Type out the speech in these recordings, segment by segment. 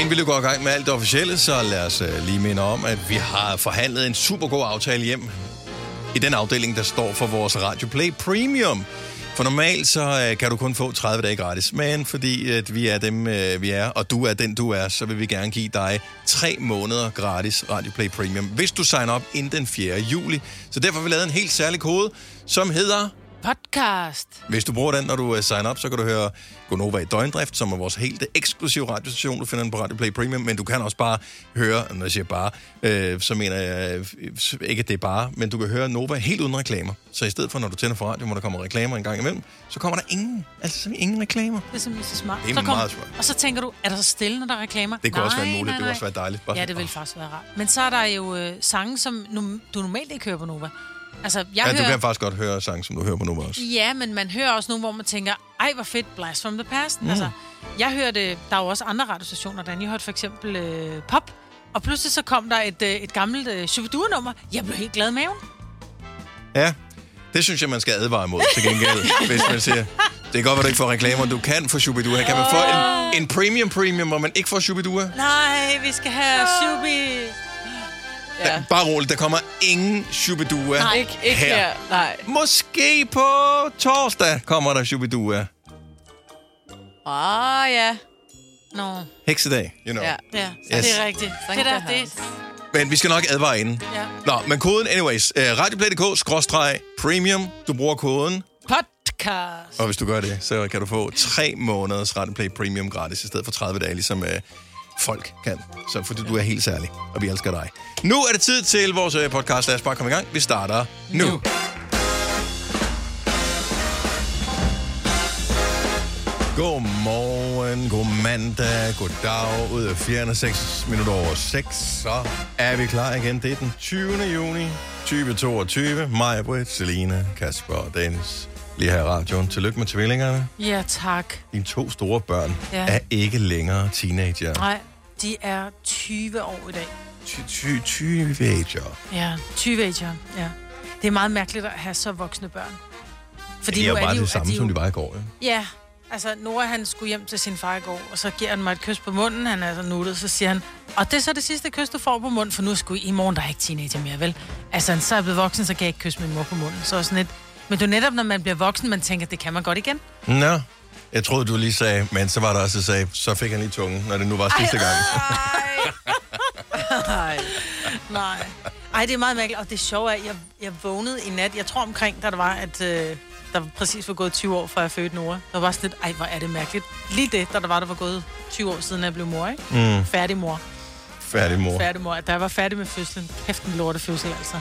Inden vi går i gang med alt det officielle, så lad os lige minde om, at vi har forhandlet en super god aftale hjem i den afdeling, der står for vores Radio Play Premium. For normalt så kan du kun få 30 dage gratis, men fordi at vi er dem, vi er, og du er den, du er, så vil vi gerne give dig 3 måneder gratis Radio Play Premium, hvis du signer op inden den 4. juli. Så derfor har vi lavet en helt særlig kode, som hedder podcast. Hvis du bruger den, når du signer op, så kan du høre Gonova i døgndrift, som er vores helt eksklusive radiostation. Du finder den på Radio Play Premium, men du kan også bare høre, når jeg siger bare, så mener jeg ikke, at det er bare, men du kan høre Nova helt uden reklamer. Så i stedet for, når du tænder for radio, hvor der kommer reklamer en gang imellem, så kommer der ingen reklamer. Det er simpelthen så smart. Det er meget smart. Og så tænker du, er der så stille, når der er reklamer? Det kunne også være muligt, det kunne også være dejligt. Bare ja, det vil faktisk være rart. Men så er der jo sange, som du normalt ikke hører på Nova. Altså, du kan faktisk godt høre sange, som du hører på Nova også. Ja, men man hører også nogle, hvor man tænker, ej, hvor fedt, Blast from the Past. Altså, jeg hørte, der er jo også andre radiostationer, der jeg hørte for eksempel pop, og pludselig så kom der et gammelt Shubidua-nummer. Jeg blev helt glad i maven. Ja, det synes jeg, man skal advare imod til gengæld, hvis man siger, det er godt, at du ikke får reklamer, du kan få Shubidua. Kan man få en premium, hvor man ikke får Shubidua? Nej, vi skal have Shubi. Ja. Bare roligt, der kommer ingen Shubidua. Nej, ikke her. Nej. Måske på torsdag kommer der Shubidua. Ja. Nå. Heksedag, you know. Ja, yes. Det er rigtigt. Det der, det. Men vi skal nok advare inden. Ja. Nå, men koden, anyways, radioplay.dk/premium. Du bruger koden podcast. Og hvis du gør det, så kan du få 3 måneders Radioplay Premium gratis, i stedet for 30 dage, ligesom folk kan. Så fordi du er helt særlig, og vi elsker dig. Nu er det tid til vores podcast. Lad os bare komme i gang. Vi starter nu. Godmorgen, god mandag, god dag. Ud af fjerne 6 minutter over 6, så er vi klar igen. Det er den 20. juni 2022. Maja, Britt, Selina, Kasper og Dennis. Lige her i radioen. Tillykke med tvillingerne. Ja, tak. Dine 2 store børn er ikke længere teenager. Nej, de er 20 år i dag. 20-ager. Ja, 20-ager, ja. Det er meget mærkeligt at have så voksne børn. Fordi det er jo bare det samme, som de var i går. Ja, altså Nora han skulle hjem til sin far i går, og så giver han mig et kys på munden. Han er så nuttet, så siger han, og det er så det sidste kys, du får på munden, for nu skulle i morgen, der er ikke teenager mere, vel? Altså, så er jeg blevet voksen, så kan jeg ikke kysse min mor på munden. Så sådan lidt. Men det er netop, når man bliver voksen, man tænker, det kan man godt igen. Nå, jeg troede, du lige sagde, men så var der også, sagde, så fik han lige tungen, når det nu var sidste gang. Nej. Ej, det er meget mærkeligt, og det sjove er, at jeg vågnede i nat, jeg tror omkring, da der var, at der præcis var gået 20 år, fra jeg fødte Nora. Der var sådan lidt, ej, hvor er det mærkeligt. Lige det, der var gået 20 år siden, jeg blev mor, ikke? Færdig mor. Færdig mor. Da jeg var færdig med fødslen. Kæft en lortefødsel, altså.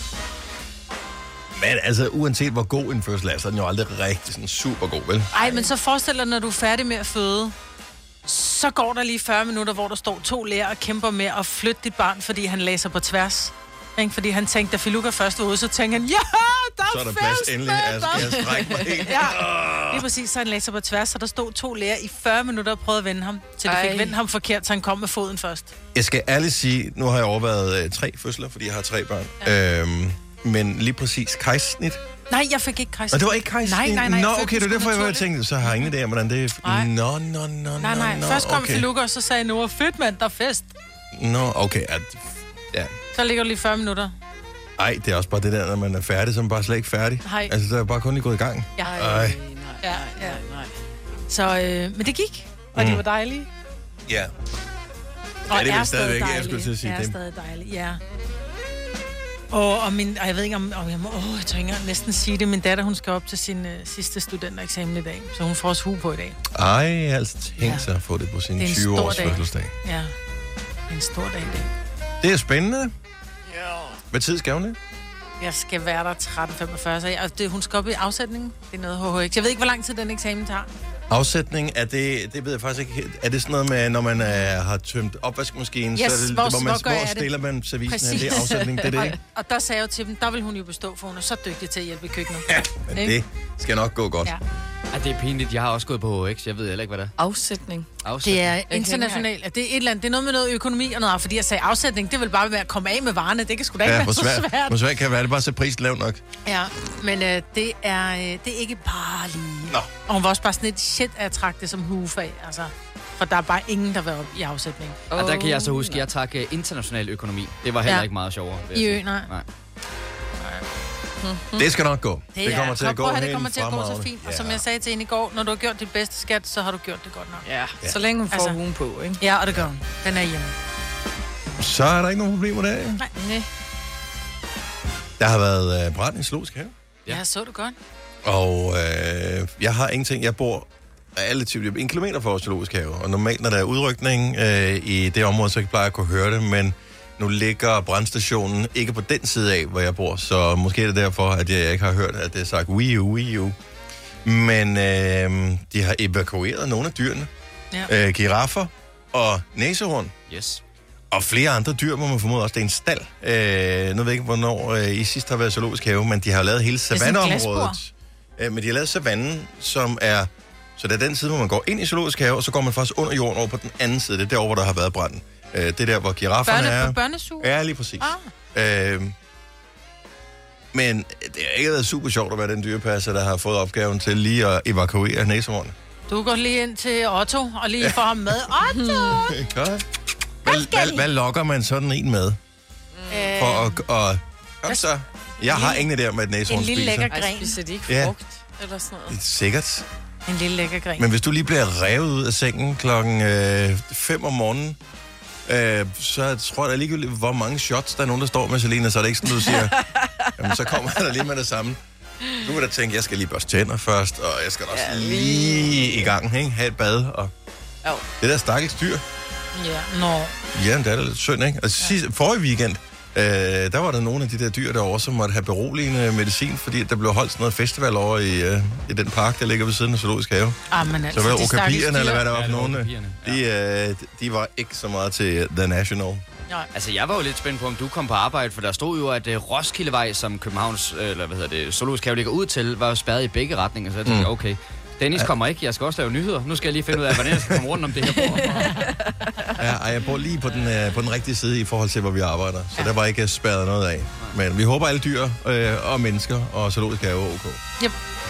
Men altså, uanset hvor god en fødsel er, så er den jo aldrig rigtig sådan super god, vel? Ej, men så forestil dig, når du er færdig med at føde, så går der lige 40 minutter, hvor der står 2 læger og kæmper med at flytte dit barn, fordi han læser på tværs. Ikke? Fordi han tænkte, da Filuka først var ude, så tænkte han, ja, der så er der plads endelig, jeg strække mig helt. Ja, lige præcis, så han læser på tværs, så der stod 2 læger i 40 minutter og prøvede at vende ham, til de fik vendt ham forkert, så han kom med foden først. Jeg skal ærligt sige, nu har jeg overvejet 3 fødsler, fordi jeg har 3 børn. Ja. Men lige præcis kejsersnit. Nej, jeg fik ikke kejsersnit. Og det var ikke kejsersnit? Nej. Nå, okay, det er derfor, jeg tænkte, så har jeg ingen idé om, hvordan det er. Nej. Først kom Filuka, og så sagde Nora, fedt mand, der er fest. Nå, okay. Ja. Så ligger du lige 40 minutter. Ej, det er også bare det der, når man er færdig, så er man bare slet ikke færdig. Nej. Altså, der er bare kun lige gået i gang. Ja. Nej. Så, men det gik, og det var dejligt. Ja. Og det er vel stadigvæk, dejligt. Jeg skulle til at sige det. Er stadig dejligt, ja. Og jeg ved ikke om jeg må, jeg tror ikke næsten sige det. Min datter, hun skal op til sin sidste studentereksamen i dag, så hun får også hue på i dag. Ej, jeg har altså tænkt sig at få det på sin 20-års fødselsdag. Ja, det er en stor dag i dag. Det er spændende. Ja. Hvad tid skal hun det? Jeg skal være der 13:45, så hun skal op i afsætningen. Det er noget HHX. Jeg ved ikke, hvor lang tid den eksamen tager. Afsætning, er det ved jeg faktisk ikke. Er det sådan noget med, når man har tømt opvaskemaskinen, så er det, hvor stiller man servicen hen? Det er afsætning, det er det. Og der sagde jeg til dem, der vil hun jo bestå, for hun er så dygtig til at hjælpe i køkkenet. Ja, men det skal nok gå godt. Ja. Det er pinligt. Jeg har også gået på HX. Jeg ved heller ikke, hvad det er. Afsætning. Det er internationalt. Det er et eller andet. Det er noget med noget økonomi og noget. Fordi jeg sagde afsætning, det vil bare være at komme af med varerne. Det kan sgu da ikke være så svært. Hvor svært kan det være? Det bare at sætte prisen lavt nok. Ja, men det er ikke bare lige. Nå. Og hun var også bare sådan et shit at trække det som hugefag. Altså, for der er bare ingen, der vil op i afsætning. Og der kan jeg så huske, at jeg trak international økonomi. Det var heller ikke meget sjovere. I nej. Det skal nok gå. Det kommer til at gå det kommer til at gå så fint. Og som jeg sagde til hende i går, når du har gjort dit bedste skat, så har du gjort det godt nok. Ja, så længe hun får ugen på, ikke? Ja, og det gør hun. Den er hjemme. Så er der ikke nogen problemer der. Nej. Der har været brand i Zoologisk Have. Ja, så du godt. Og jeg har ingenting. Jeg bor alle 1 kilometer fra Zoologisk Have. Og normalt, når der er udrykning i det område, så plejer jeg at kunne høre det. Men nu ligger brandstationen ikke på den side af, hvor jeg bor. Så måske er det derfor, at jeg ikke har hørt, at det er sagt Wii U. Men de har evakueret nogle af dyrene. Ja. Giraffer og næsehorn. Yes. Og flere andre dyr, må man formode også. Det er en stald. Nu ved jeg ikke, hvornår I sidst har været Zoologisk Have, men de har lavet hele savanneområdet. Men de har lavet savannen, som er... Så det er den side, hvor man går ind i Zoologisk Have, og så går man faktisk under jorden over på den anden side. Det er derovre, hvor der har været branden. Det er der, hvor girafferne er. Børnesuge? Ja, lige præcis. Men det har ikke været super sjovt at være den dyrepasser, der har fået opgaven til lige at evakuere næsehornene. Du går lige ind til Otto og lige får ham med. Otto! Hvad lokker man sådan en med? For at... Kom så. Jeg har ingen idé med et næsehorn en lille lækker gren. Spiser de ikke frugt eller sådan noget? Sikkert. En lille lækker gren. Men hvis du lige bliver revet ud af sengen 5 om morgenen, så tror jeg ligegyldigt, hvor mange shots der er nogen, der står med, Selina, så er det ikke sådan, du siger, jamen så kommer der lige med det samme. Nu vil der tænke, jeg skal lige børste tænder først, og jeg skal også lige i gang, ikke? Have et bad, og det der stakkels dyr. Ja, det er da lidt synd, ikke? Og forrige weekend, der var der nogle af de der dyr derovre, som måtte have beroligende medicin, fordi der blev holdt sådan noget festival over i den park, der ligger ved siden af Zoologisk Have. Men altså, så var det okapierne, eller hvad der var for nogle. De var ikke så meget til The National. Nej. Altså, jeg var jo lidt spændt på, om du kom på arbejde, for der stod jo, at Roskildevej, som Københavns, Zoologisk Have ligger ud til, var jo spærret i begge retninger, så jeg tænkte, okay, Dennis kommer ikke, jeg skal også lave nyheder. Nu skal jeg lige finde ud af, hvordan jeg skal komme rundt om det her bord. Jeg bor lige på den rigtige side i forhold til, hvor vi arbejder, så der var ikke spærret noget af. Men vi håber, alle dyr og mennesker og Zoologisk Have er ok. Yep.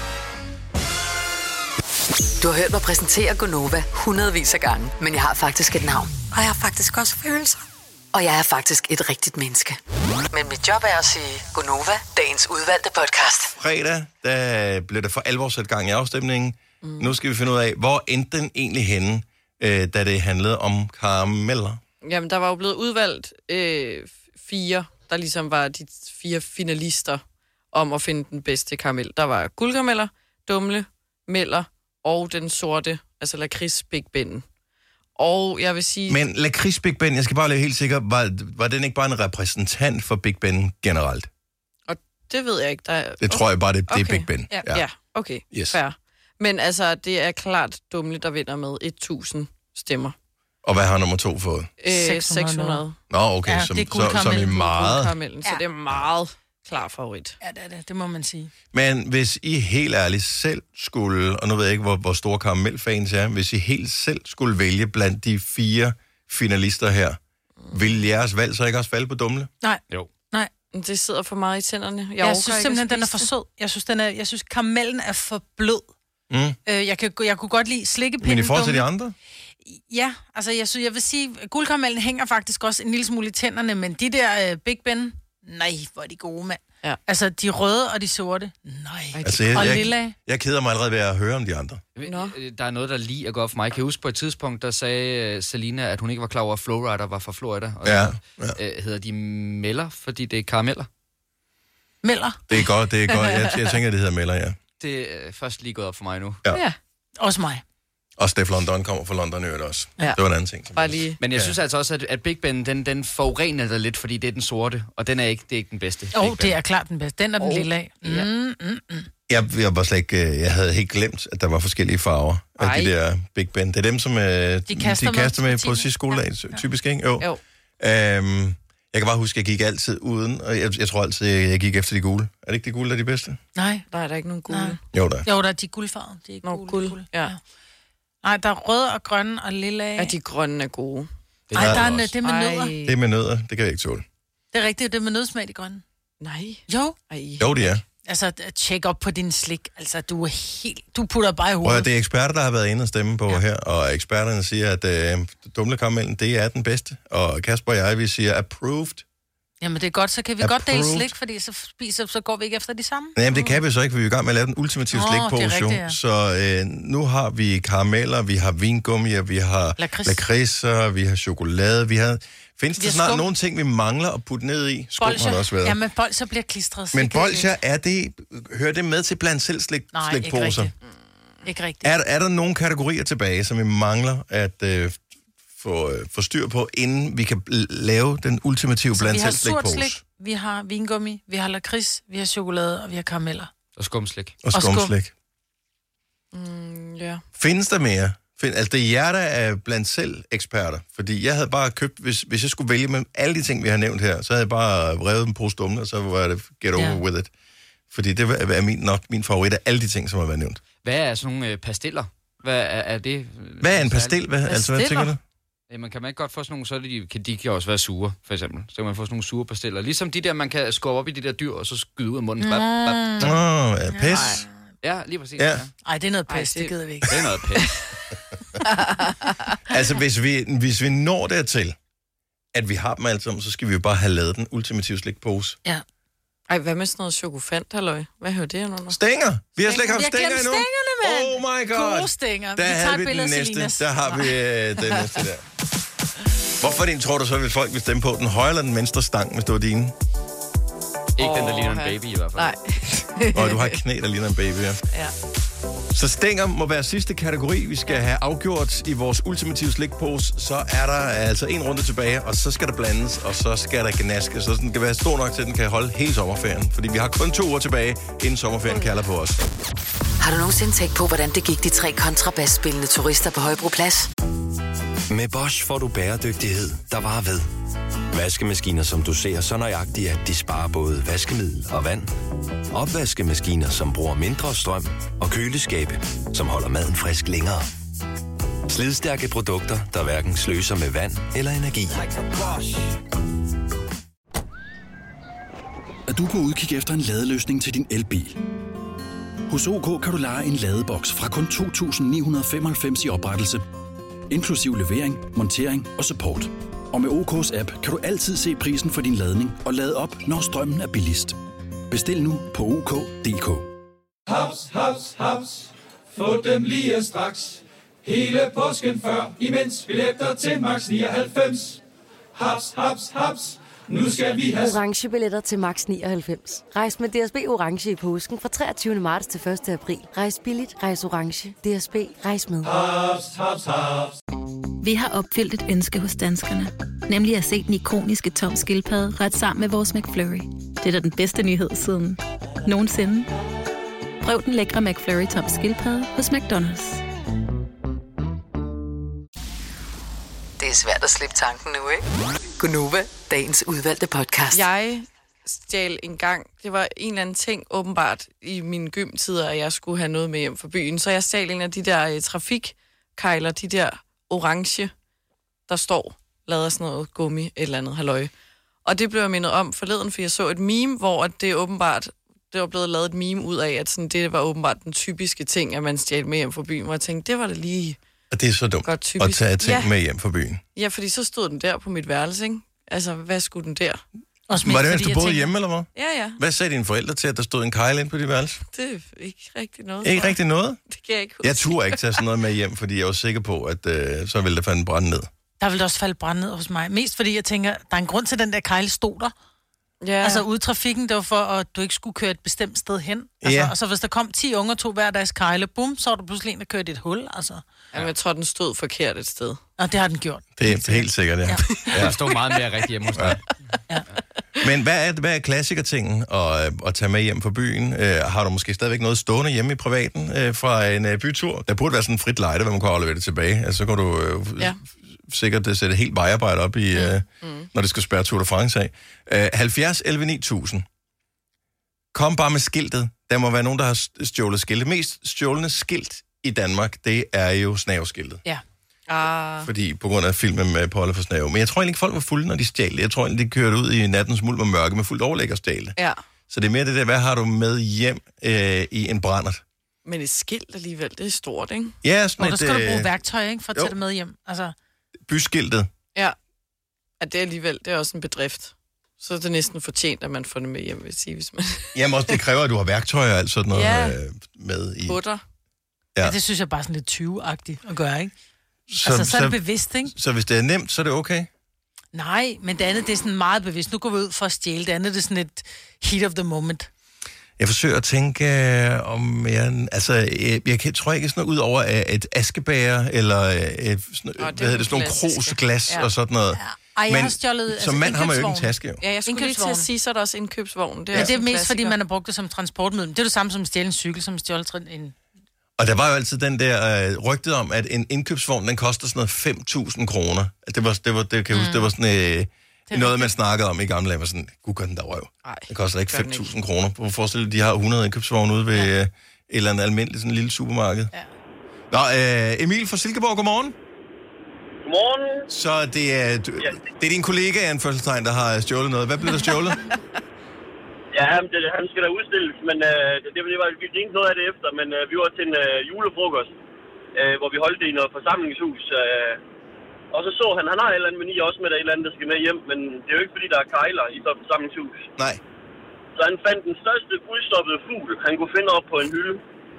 Du har hørt mig præsentere Gonova hundredvis af gange, men jeg har faktisk et navn. Og jeg har faktisk også følelser. Og jeg er faktisk et rigtigt menneske. Men mit job er at sige Gonova, dagens udvalgte podcast. Fredag, der blev der for alvor sat gang i afstemningen. Nu skal vi finde ud af, hvor endte den egentlig henne, da det handlede om karameller? Jamen, der var jo blevet udvalgt 4, der ligesom var de 4 finalister om at finde den bedste karamel. Der var guldkarameller, dumle, meller og den sorte, altså lakrids Big Ben. Og jeg vil sige... Men lakrids Big Ben, jeg skal bare være helt sikker, var den ikke bare en repræsentant for Big Ben generelt? Og det ved jeg ikke. Det tror jeg bare, det er Big Ben. Ja, okay, fair. Men altså, det er klart dumle, der vinder med 1000 stemmer. Og hvad har nummer 2 fået? 600. Nå, okay, ja, som er meget... Så det er meget klar favorit. Ja, det må man sige. Men hvis I helt ærligt selv skulle, og nu ved jeg ikke, hvor store karamelfans er, hvis I helt selv skulle vælge blandt de 4 finalister her, vil jeres valg så ikke også falde på dumle? Nej. Jo. Nej. Det sidder for meget i tænderne. Jeg synes simpelthen, den er for sød. Jeg synes karamellen er for blød. Jeg kunne godt lide slikkepinden. Men i forhold til de andre? Ja, altså jeg vil sige, guldkaramellen hænger faktisk også en lille smule i tænderne, men de der Big Ben, nej, hvor er de gode, mand. Ja. Altså, de røde og de sorte, nej. Altså, jeg keder mig allerede ved at høre om de andre. Der er noget, der lige er godt for mig. Jeg kan huske på et tidspunkt, der sagde Selina, at hun ikke var klar over, at Flowrider var fra Florida. Og hedder de meller, fordi det er karameller? Meller? Det er godt. Jeg tænker, det hedder meller, ja. Det er først lige gået op for mig nu. Ja. Også mig. Og Steph London kommer fra London øvrigt også. Ja. Det var en anden ting. Men jeg synes altså også, at Big Ben, den forurener dig lidt, fordi det er den sorte, og den er ikke, det er ikke den bedste. Det er klart den bedste. Den er den lille af. Jeg var slet ikke, jeg havde helt glemt, at der var forskellige farver af de der Big Ben. Det er dem, som de kaster med på sidste skoledag, typisk, ikke? Jo. Jeg kan bare huske, at jeg gik altid uden, og jeg tror altid, jeg gik efter de gule. Er det ikke de gule, der er de bedste? Nej. Der er der ikke nogen gule. Nej. Jo, der er de guldfarvede. De er ikke gule. Ja. Nej, der er røde og grønne og lilla. Ja, de grønne er gode. Nej, der er det med nødder. Det med nødder, det kan jeg ikke tåle. Det er rigtigt, det er med nødsmag, de grønne. Nej. Jo. Jo, det er. Altså, tjek op på din slik. Altså, du putter bare i hovedet. Og det er eksperter, der har været inde og stemme på her, og eksperterne siger, at dumlekaramellen, det er den bedste. Og Kasper og jeg, vi siger approved. Jamen, det er godt, så kan vi godt dele slik, fordi så går vi ikke efter de samme. Jamen, det kan vi så ikke, for vi er i gang med at lave den ultimative slikpose. Ja. Så nu har vi karameller, vi har vingummier, vi har lakridser, vi har chokolade, Findes der snart nogle ting, vi mangler at putte ned i? Skum har det også været. Ja, men bolsjer bliver klistret. Men bolsjer, hører det med til blandt selv slikposer? Ikke rigtigt. Er der nogle kategorier tilbage, som vi mangler at få styr på, inden vi kan lave den ultimative blandt selv slikpose? Vi har surt slik, vi har vingummi, vi har lakrids, vi har chokolade, og vi har karameller. Og skumslik. Og skumslik. Ja. Findes der mere? Altså, det er jer, der er blandt selv eksperter. Fordi jeg havde bare købt, hvis jeg skulle vælge mellem alle de ting, vi har nævnt her, så havde jeg bare revet en pose dumle, og så var det get over with it. Fordi det er nok min favorit af alle de ting, som har været nævnt. Hvad er sådan nogle pastiller? Hvad er det? Hvad er en pastil? Hvad tænker du? Jamen, kan man ikke godt få sådan nogle, så de kan også være sure, for eksempel. Så kan man få sådan nogle sure pastiller. Ligesom de der, man kan skubbe op i de der dyr, og så skyde ud af munden. Pis. Ja, lige præcis. Ja. Ej, det er noget pis, det gider vi ikke. Det er noget pis. Altså, hvis vi når dertil, at vi har dem alle sammen, så skal vi jo bare have lavet den ultimative slikpose. Ja. Ej, hvad med sådan noget chokofant, halløj? Hvad hører det under? Stænger! Vi har slet ikke haft stænger endnu. Stængerne, mand! Oh my god! Gode stænger. Der har vi den næste. Der har vi den næste der. Hvorfor tror du så, vil folk vil stemme på den højre eller den venstre stang, hvis det var dine? Ikke den, der ligner en baby i hvert fald. Nej. Og du har et knæ, der ligner en baby, ja. Så stænger må være sidste kategori, vi skal have afgjort i vores ultimative slikpose. Så er der altså en runde tilbage, og så skal der blandes, og så skal der gnaskes. Så den kan være stor nok til, at den kan holde hele sommerferien. Fordi vi har kun 2 uger tilbage, inden sommerferien kalder på os. Har du nogensinde tænkt på, hvordan det gik de 3 kontrabasspillende turister på Højbroplads? Med Bosch får du bæredygtighed, der varer ved. Vaskemaskiner, som du ser så nøjagtigt, at de sparer både vaskemiddel og vand. Opvaskemaskiner, som bruger mindre strøm. Og køleskabe, som holder maden frisk længere. Slidstærke produkter, der hverken sløser med vand eller energi. Er du på udkig efter en ladeløsning til din elbil? Hos OK kan du leje en ladeboks fra kun 2.995 i oprettelse, inklusiv levering, montering og support. Og med OK's app kan du altid se prisen for din ladning og lade op, når strømmen er billigst. Bestil nu på OK.dk. Haps, haps, haps. Få dem lige straks. Hele påsken før, imens billetter til max 99. Haps, haps, haps. Nu skal vi have orange billetter til max 99. Rejs med DSB Orange i påsken fra 23. marts til 1. april. Rejs billigt, rejs orange. DSB, rejs med. haps, haps, haps. Vi har opfyldt et ønske hos danskerne. Nemlig at se den ikoniske Tom Skildpadde ret sammen med vores McFlurry. Det er da den bedste nyhed siden nogensinde. Prøv den lækre McFlurry Tom Skildpadde hos McDonald's. Det er svært at slippe tanken nu, ikke? Gunova, dagens udvalgte podcast. Jeg stjal en gang, det var en eller anden ting åbenbart i mine gymtider, at jeg skulle have noget med hjem fra byen. Så jeg stjal en af de der trafikkejler, de der orange, der står, lavet af sådan noget gummi, et eller andet halløj. Og det blev jeg mindet om forleden, for jeg så et meme, hvor det åbenbart, det var blevet lavet et meme ud af, at sådan, det var åbenbart den typiske ting, at man stjal med hjem fra byen. Og jeg tænkte, det var det lige. Og det er så dumt at tage ting med hjem fra byen. Ja, fordi så stod den der på mit værelse, ikke? Altså, hvad skulle den der? Var det, mens du boede hjemme, eller hvad? Ja. Hvad sagde dine forældre til, at der stod en kejl ind på dit værelse? Det er ikke rigtig noget. Ikke rigtig noget? Det kan jeg ikke huske. Jeg turde ikke tage sådan noget med hjem, fordi jeg var sikker på, at så ville der falde brænde ned. Der ville også falde brænde ned hos mig. Mest fordi jeg tænker, der er en grund til, at den der kejl stod der. Ja. Altså ude i trafikken, det var for, at du ikke skulle køre et bestemt sted hen. Altså, ja. Og så hvis der kom 10 unger, tog hver deres kejle, bum, så var der pludselig en, der kørte et hul. Altså. Jamen, jeg tror, den stod forkert et sted. Og det har den gjort. Det er helt sikkert, ja. Der stod meget mere rigtigt hjemme hos dig. Ja. Men hvad er klassikertingen at tage med hjem fra byen? Har du måske stadigvæk noget stående hjemme i privaten fra en bytur? Der burde være sådan en frit lejde, hvor man kan aflevere det tilbage. Altså, så kan du sikkert sætte helt vejarbejde op i, når det skal spærre Tour de France af. 70 11 9000. Kom bare med skiltet. Der må være nogen, der har stjålet skiltet. Mest stjålende skilt i Danmark, det er jo snavskiltet. Ja. Fordi på grund af filmen med Polle for Snave. Men jeg tror egentlig ikke, folk var fulde, når de stjal det. Jeg tror egentlig, de kørte ud i nattens mulm og mørke med fuldt overlæg og stjal det. Ja. Så det er mere det der, hvad har du med hjem i en brændert? Men et skilt alligevel, det er stort, ikke? Ja, sådan der skal du bruge værktøj, ikke? For at tage det med hjem. Altså. Byskiltet. Ja. At det alligevel, det er også en bedrift. Så er det næsten fortjent, at man får det med hjem, vil jeg sige, hvis man... Jamen også, det kræver, at du har værktøj og alt sådan noget med i... Butter. Ja, det synes jeg bare sådan lidt 20-agtigt at gøre, ikke? Så er det bevidst, ikke? Så hvis det er nemt, så er det okay? Nej, men det andet, det er sådan meget bevidst. Nu går vi ud for at stjæle. Det andet, det er sådan et heat of the moment. Jeg forsøger at tænke om jeg... Altså, jeg tror ikke sådan noget ud over et askebæger, eller sådan nogle krusglas og sådan noget. Ja. Ej, jeg har stjålet... Som mand har man jo ikke en taske, jo. Ja, jeg skulle lige til at sige, så er der også indkøbsvogn. Det er mest, fordi man har brugt det som transportmiddel. Det er det samme som at stjæle en cykel, som stjålet en... Og der var jo altid den der rygtet om, at en indkøbsvogn, den koster sådan noget 5.000 kroner. Det kan jeg huske, det var sådan noget, man snakkede om i gamle dage. Var sådan, gud gør den der røv. Det koster ikke 5.000 kroner. Prøv at forestille dig, de har 100 indkøbsvogne ude ved et eller andet almindeligt sådan lille supermarked. Ja. Nå, Emil fra Silkeborg, godmorgen. Godmorgen. Så det er din kollega, anførselstegn, der har stjålet noget. Hvad blev der stjålet? Ja, han skal da udstilles, men vi grinede noget af det efter, men vi var til en julefrokost, hvor vi holdt det i noget forsamlingshus. Og så han har et eller andet menu også med, der et eller andet, der skal med hjem, men det er jo ikke, fordi der er kejler i sådan et forsamlingshus. Nej. Så han fandt den største udstoppede fugl, han kunne finde op på en hylde.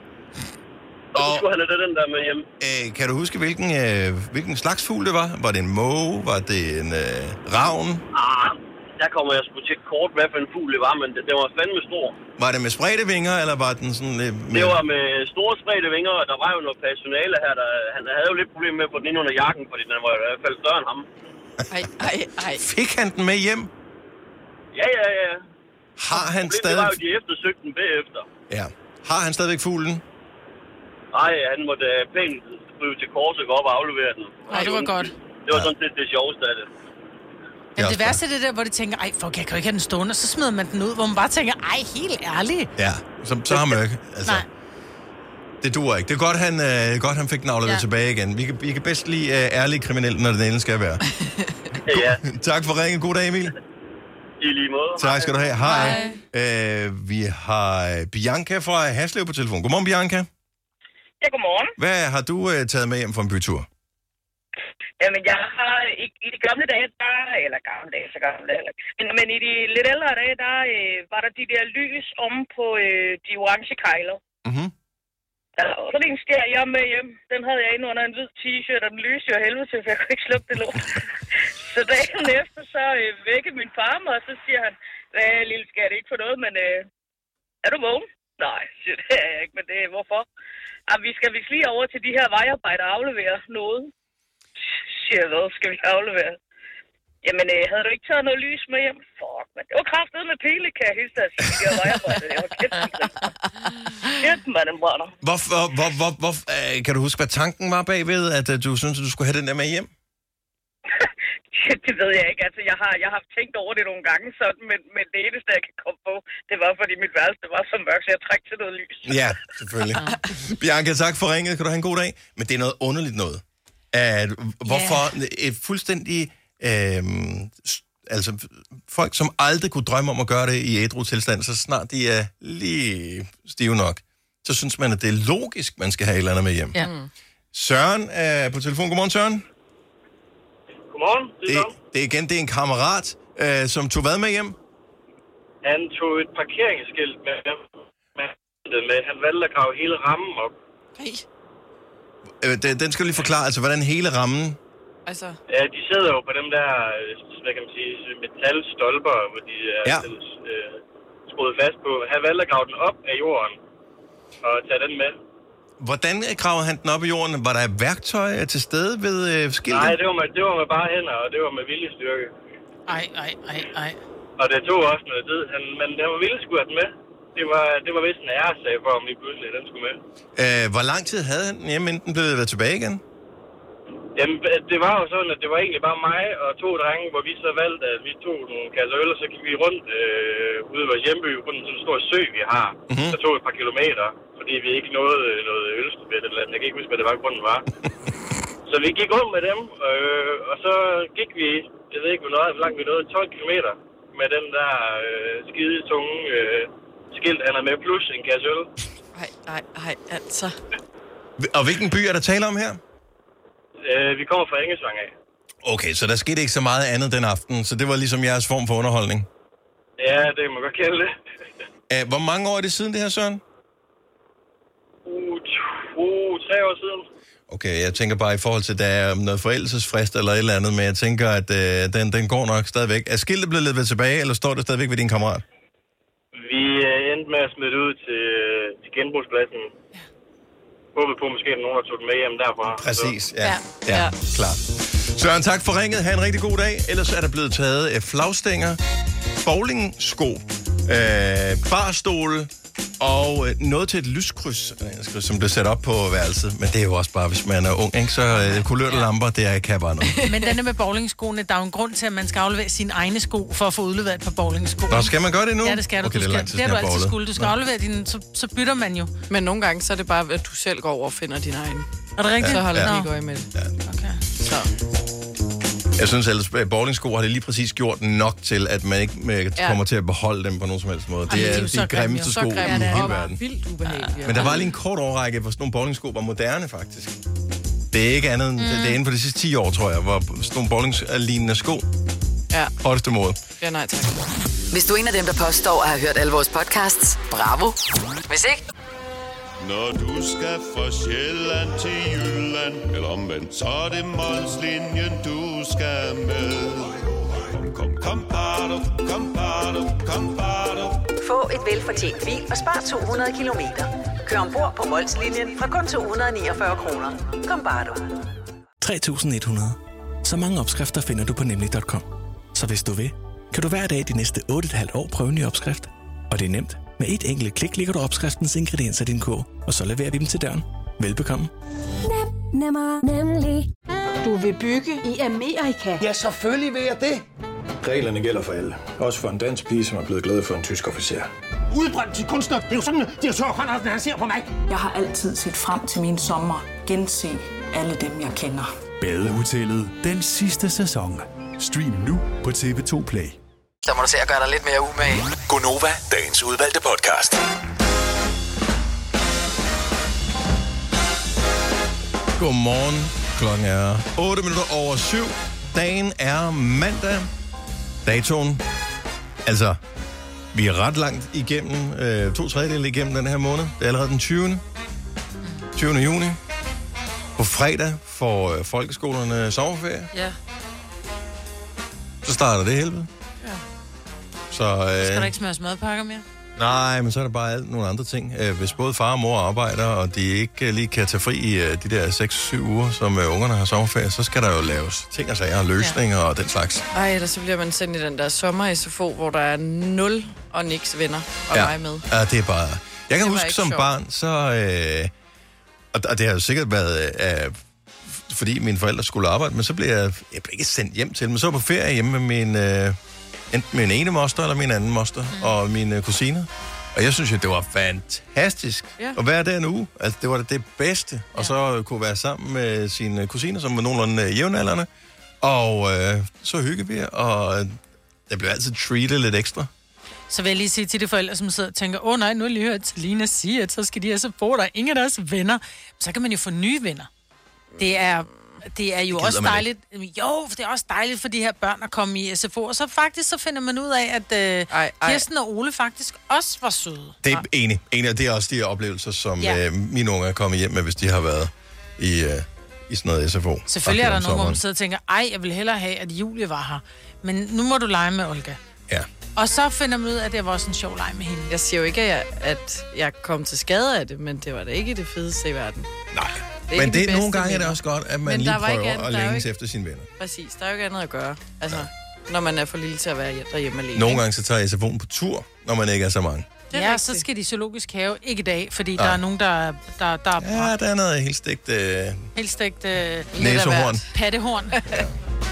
Og så skulle han have den der med hjem. Kan du huske, hvilken slags fugl det var? Var det en måge? Var det en ravn? Der kommer jeg sgu til kort, hvad for en fugl det var, men det var fandme stor. Var det med spredte vinger, eller var den sådan... Det var med store spredte vinger, og der var jo noget personale her, han havde jo lidt problem med at få den ind under jakken, fordi den var i hvert fald større end ham. Ej. Fik han den med hjem? Ja. Har han stadig... Det var jo, de eftersøgte den bagefter. Ja. Har han stadigvæk fuglen? Nej, han måtte pænt skrive til kors og gå op og aflevere den. Nej, det var godt. Det var sådan set det sjoveste af det. Jamen, det værste er det der, hvor de tænker, ej, fuck, jeg kan jo ikke have den stående, og så smider man den ud, hvor man bare tænker, ej, helt ærligt. Ja, så har man jo ikke. Altså, nej. Det duer ikke. Det er godt, han fik den afleveret tilbage igen. Vi kan bedst lide ærlige kriminelle, når det endelig skal være. Ja. Tak for ringen. God dag, Emil. I lige måde. Tak skal du have. Hej. Vi har Bianca fra Haslev på telefon. Godmorgen, Bianca. Ja, godmorgen. Hvad har du taget med hjem fra en bytur? Jamen, jeg har i de gamle dage, men i de lidt ældre dage, der var der de der lys om på de orange kejler. Mhm. Og så en stjær jeg med hjem. Den havde jeg inde under en hvid t-shirt, og den lyste jo helvede til, for jeg kunne ikke slukke det lort. Så dagen efter, så vækkede min far mig, og så siger han, lille skat, ikke for noget, men er du vågen? Nej, siger det er jeg ikke, men det er hvorfor? Vi skal vist lige over til de her vejarbejder og aflevere noget. Siger hvad skal vi aflevere? Jamen, havde du ikke taget noget lys med hjem? Fuck, men det var kraftedet med pile, kan jeg hilse dig at sige. De her vejarbejder, det var kæft, man, den brænder. Kan du huske, hvad tanken var bagved, at du synes, at du skulle have den der med hjem? Det ved jeg ikke. Altså, jeg har tænkt over det nogle gange, sådan, men det eneste, jeg kan komme på, det var, fordi mit værelse var så mørkt, så jeg trængte til noget lys. Ja, selvfølgelig. Bianca, tak for ringet. Kan du have en god dag? Men det er noget underligt noget. Hvorfor et fuldstændig... altså, folk, som aldrig kunne drømme om at gøre det i ædru tilstand, så snart de er lige stive nok, så synes man, at det er logisk, man skal have et eller andet med hjem. Ja. Søren er på telefon. Godmorgen, Søren. Godmorgen. Det er en kammerat, som tog hvad med hjem? Han tog et parkeringsskilt med hjem. Han valgte at grave hele rammen op. Den skal du lige forklare, altså hvordan hele rammen... Altså... Ja, de sidder jo på dem der, hvad kan man sige, metalstolper, hvor de er skruet fast på. Han valgte at grave den op af jorden og tage den med. Hvordan gravede han den op i jorden? Var der værktøj til stede ved skiltet? Nej, det var med bare hænder, og det var med viljestyrke. Ej. Og det tog også noget tid, men han var villig skulle have den med. Det var vist en æresag for, om lige pludselig den skulle med. Hvor lang tid havde han den hjemme, inden den blev været tilbage igen? Jamen, det var jo sådan, at det var egentlig bare mig og 2 drenge, hvor vi så valgte, at vi tog nogle kasser øl, og så gik vi rundt ude i vores hjemby, på den stor sø, vi har. Mm-hmm. Der tog et par kilometer, fordi vi ikke nåede noget ølstubet eller andet. Jeg kan ikke huske, hvad det var, grunden var. Så vi gik rundt med dem, og så gik vi, jeg ved ikke, hvor langt vi nåede, 12 kilometer. med den der skide tunge skilt, han er med, plus en kasse øl. Ej, altså. Og hvilken by er der tale om her? Vi kommer fra Engesvang af. Okay, så der skete ikke så meget andet den aften, så det var ligesom jeres form for underholdning? Ja, det må godt kalde det. Hvor mange år er det siden det her, Søren? 3 år siden. Okay, jeg tænker bare i forhold til, der er noget forældelsesfrist eller et eller andet, men jeg tænker, at den går nok stadigvæk. Er skiltet blevet lidt tilbage, eller står det stadigvæk ved din kammerat? Vi endte med at smide det ud til genbrugspladsen. Håbede på, måske nogen, der tog den med hjem derfra. Præcis, ja, klart. Søren, tak for ringet. Ha' en rigtig god dag. Ellers er der blevet taget flagstænger, bowlingsko, barstole og noget til et lyskryds, som blev sat op på værelset. Men det er jo også bare, hvis man er ung, ikke? Så kulørte lamper, det kan bare noget. Men denne med bowlingskoene, der er jo en grund til, at man skal aflevere sine egne sko, for at få udleveret et par bowlingsko. Nå, skal man gøre det nu? Ja, det skal du. Okay, det har du altid skulle. Du skal aflevere dine, så bytter man jo. Men nogle gange, så er det bare, at du selv går over og finder din egen. Er det rigtigt? Så holder vi ikke øje med det. Ja. Okay. Så. Jeg synes ellers, at bowlingsko har det lige præcis gjort nok til, at man ikke kommer til at beholde dem på nogen som helst måde. Det er de grimmeste sko i hele verden. Vildt ubehageligt. Men der var lige en kort overrække, hvor sådan nogle bowlingsko var moderne, faktisk. Det er ikke andet end, det er inden for de sidste 10 år, tror jeg, hvor sådan nogle bowlingslignende sko. Ja. Hotteste måde. Ja, nej tak. Hvis du er en af dem, der påstår at have hørt alle vores podcasts, bravo. Hvis ikke, når du skal fra Sjælland til Jylland, eller omvendt, så er det Molslinjen, du skal med. Kom, bado, kom, bado. Få et velfortjent bil og spar 200 kilometer. Kør ombord på Molslinjen fra kun 249 kroner. Kom, bare du. 3.100. Så mange opskrifter finder du på nemlig.com. Så hvis du vil, kan du hver dag de næste 8,5 år prøve en ny opskrift. Og det er nemt. Med et enkelt klik ligger du opskriftens ingredienser i din kog, og så leverer vi dem til døren. Velbekomme. Nemmer, nemlig. Du vil bygge i Amerika? Ja, selvfølgelig vil jeg det. Reglerne gælder for alle. Også for en dansk pige, som er blevet glad for en tysk officer. Udbrændt til kunstner. Det er jo sådan, at direktør Conradsen, han ser på mig. Jeg har altid set frem til min sommer. Gense alle dem, jeg kender. Badehotellet den sidste sæson. Stream nu på TV2 Play. Så må du se at gøre dig lidt mere umage. Gonova, dagens udvalgte podcast. Godmorgen. Klokken er 7:08. Dagen er mandag. Datoen. Altså, vi er ret langt igennem, 2/3 igennem den her måned. Det er allerede den 20. juni. På fredag får folkeskolerne sommerferie. Ja. Så starter det helvede. Ja. Så skal der ikke smøres madpakker mere? Nej, men så er der bare nogle andre ting. Hvis både far og mor arbejder, og de ikke lige kan tage fri i de der 6-7 uger, som ungerne har sommerferie, så skal der jo laves ting og sager, løsninger og den slags. Ej, eller så bliver man sendt i den der sommer-SFO, hvor der er 0 og niks venner og mig med. Ja, det er bare... Jeg kan huske som barn, så... og det har jo sikkert været... fordi mine forældre skulle arbejde, men så blev jeg ikke sendt hjem til, men så var på ferie hjemme med enten min ene moster eller min anden moster og mine kusiner. Og jeg synes jo, det var fantastisk at være der en uge. Altså, det var det bedste. Og så kunne være sammen med sine kusiner, som var nogenlunde jævnaldrende. Og så hyggede vi, og det blev altid treated lidt ekstra. Så vil jeg lige sige til de forældre, som sidder og tænker, nej, nu har jeg lige hørt Lina sige, at så skal de altså få, der er ingen af deres venner. Så kan man jo få nye venner. Det er jo også dejligt. Jo, det er også dejligt for de her børn at komme i SFO. Og så faktisk så finder man ud af, at Kirsten og Ole faktisk også var søde. Det er enig. Det er også de oplevelser, som mine unger er kommet hjem med, hvis de har været i sådan noget SFO. Selvfølgelig er der nogen, hvor man sidder og tænker, jeg vil hellere have, at Julie var her. Men nu må du lege med Olga. Ja. Og så finder man ud af, at det var også en sjov leg med hende. Jeg siger jo ikke, at jeg kom til skade af det, men det var da ikke det fedeste i verden. Nej. Men det nogle gange er det også godt, at man lige prøver at længes efter sine venner. Præcis, der er jo ikke andet at gøre. Altså, når man er for lille til at være derhjemme alene. Nogle gange så tager jeg SFO'en på tur, når man ikke er så mange. Ja, så skal de i zoologisk have ikke i dag, fordi der er nogen, der er ja, der er noget helt stegt... Helt stegt... næsehorn. Pattehorn. Ja.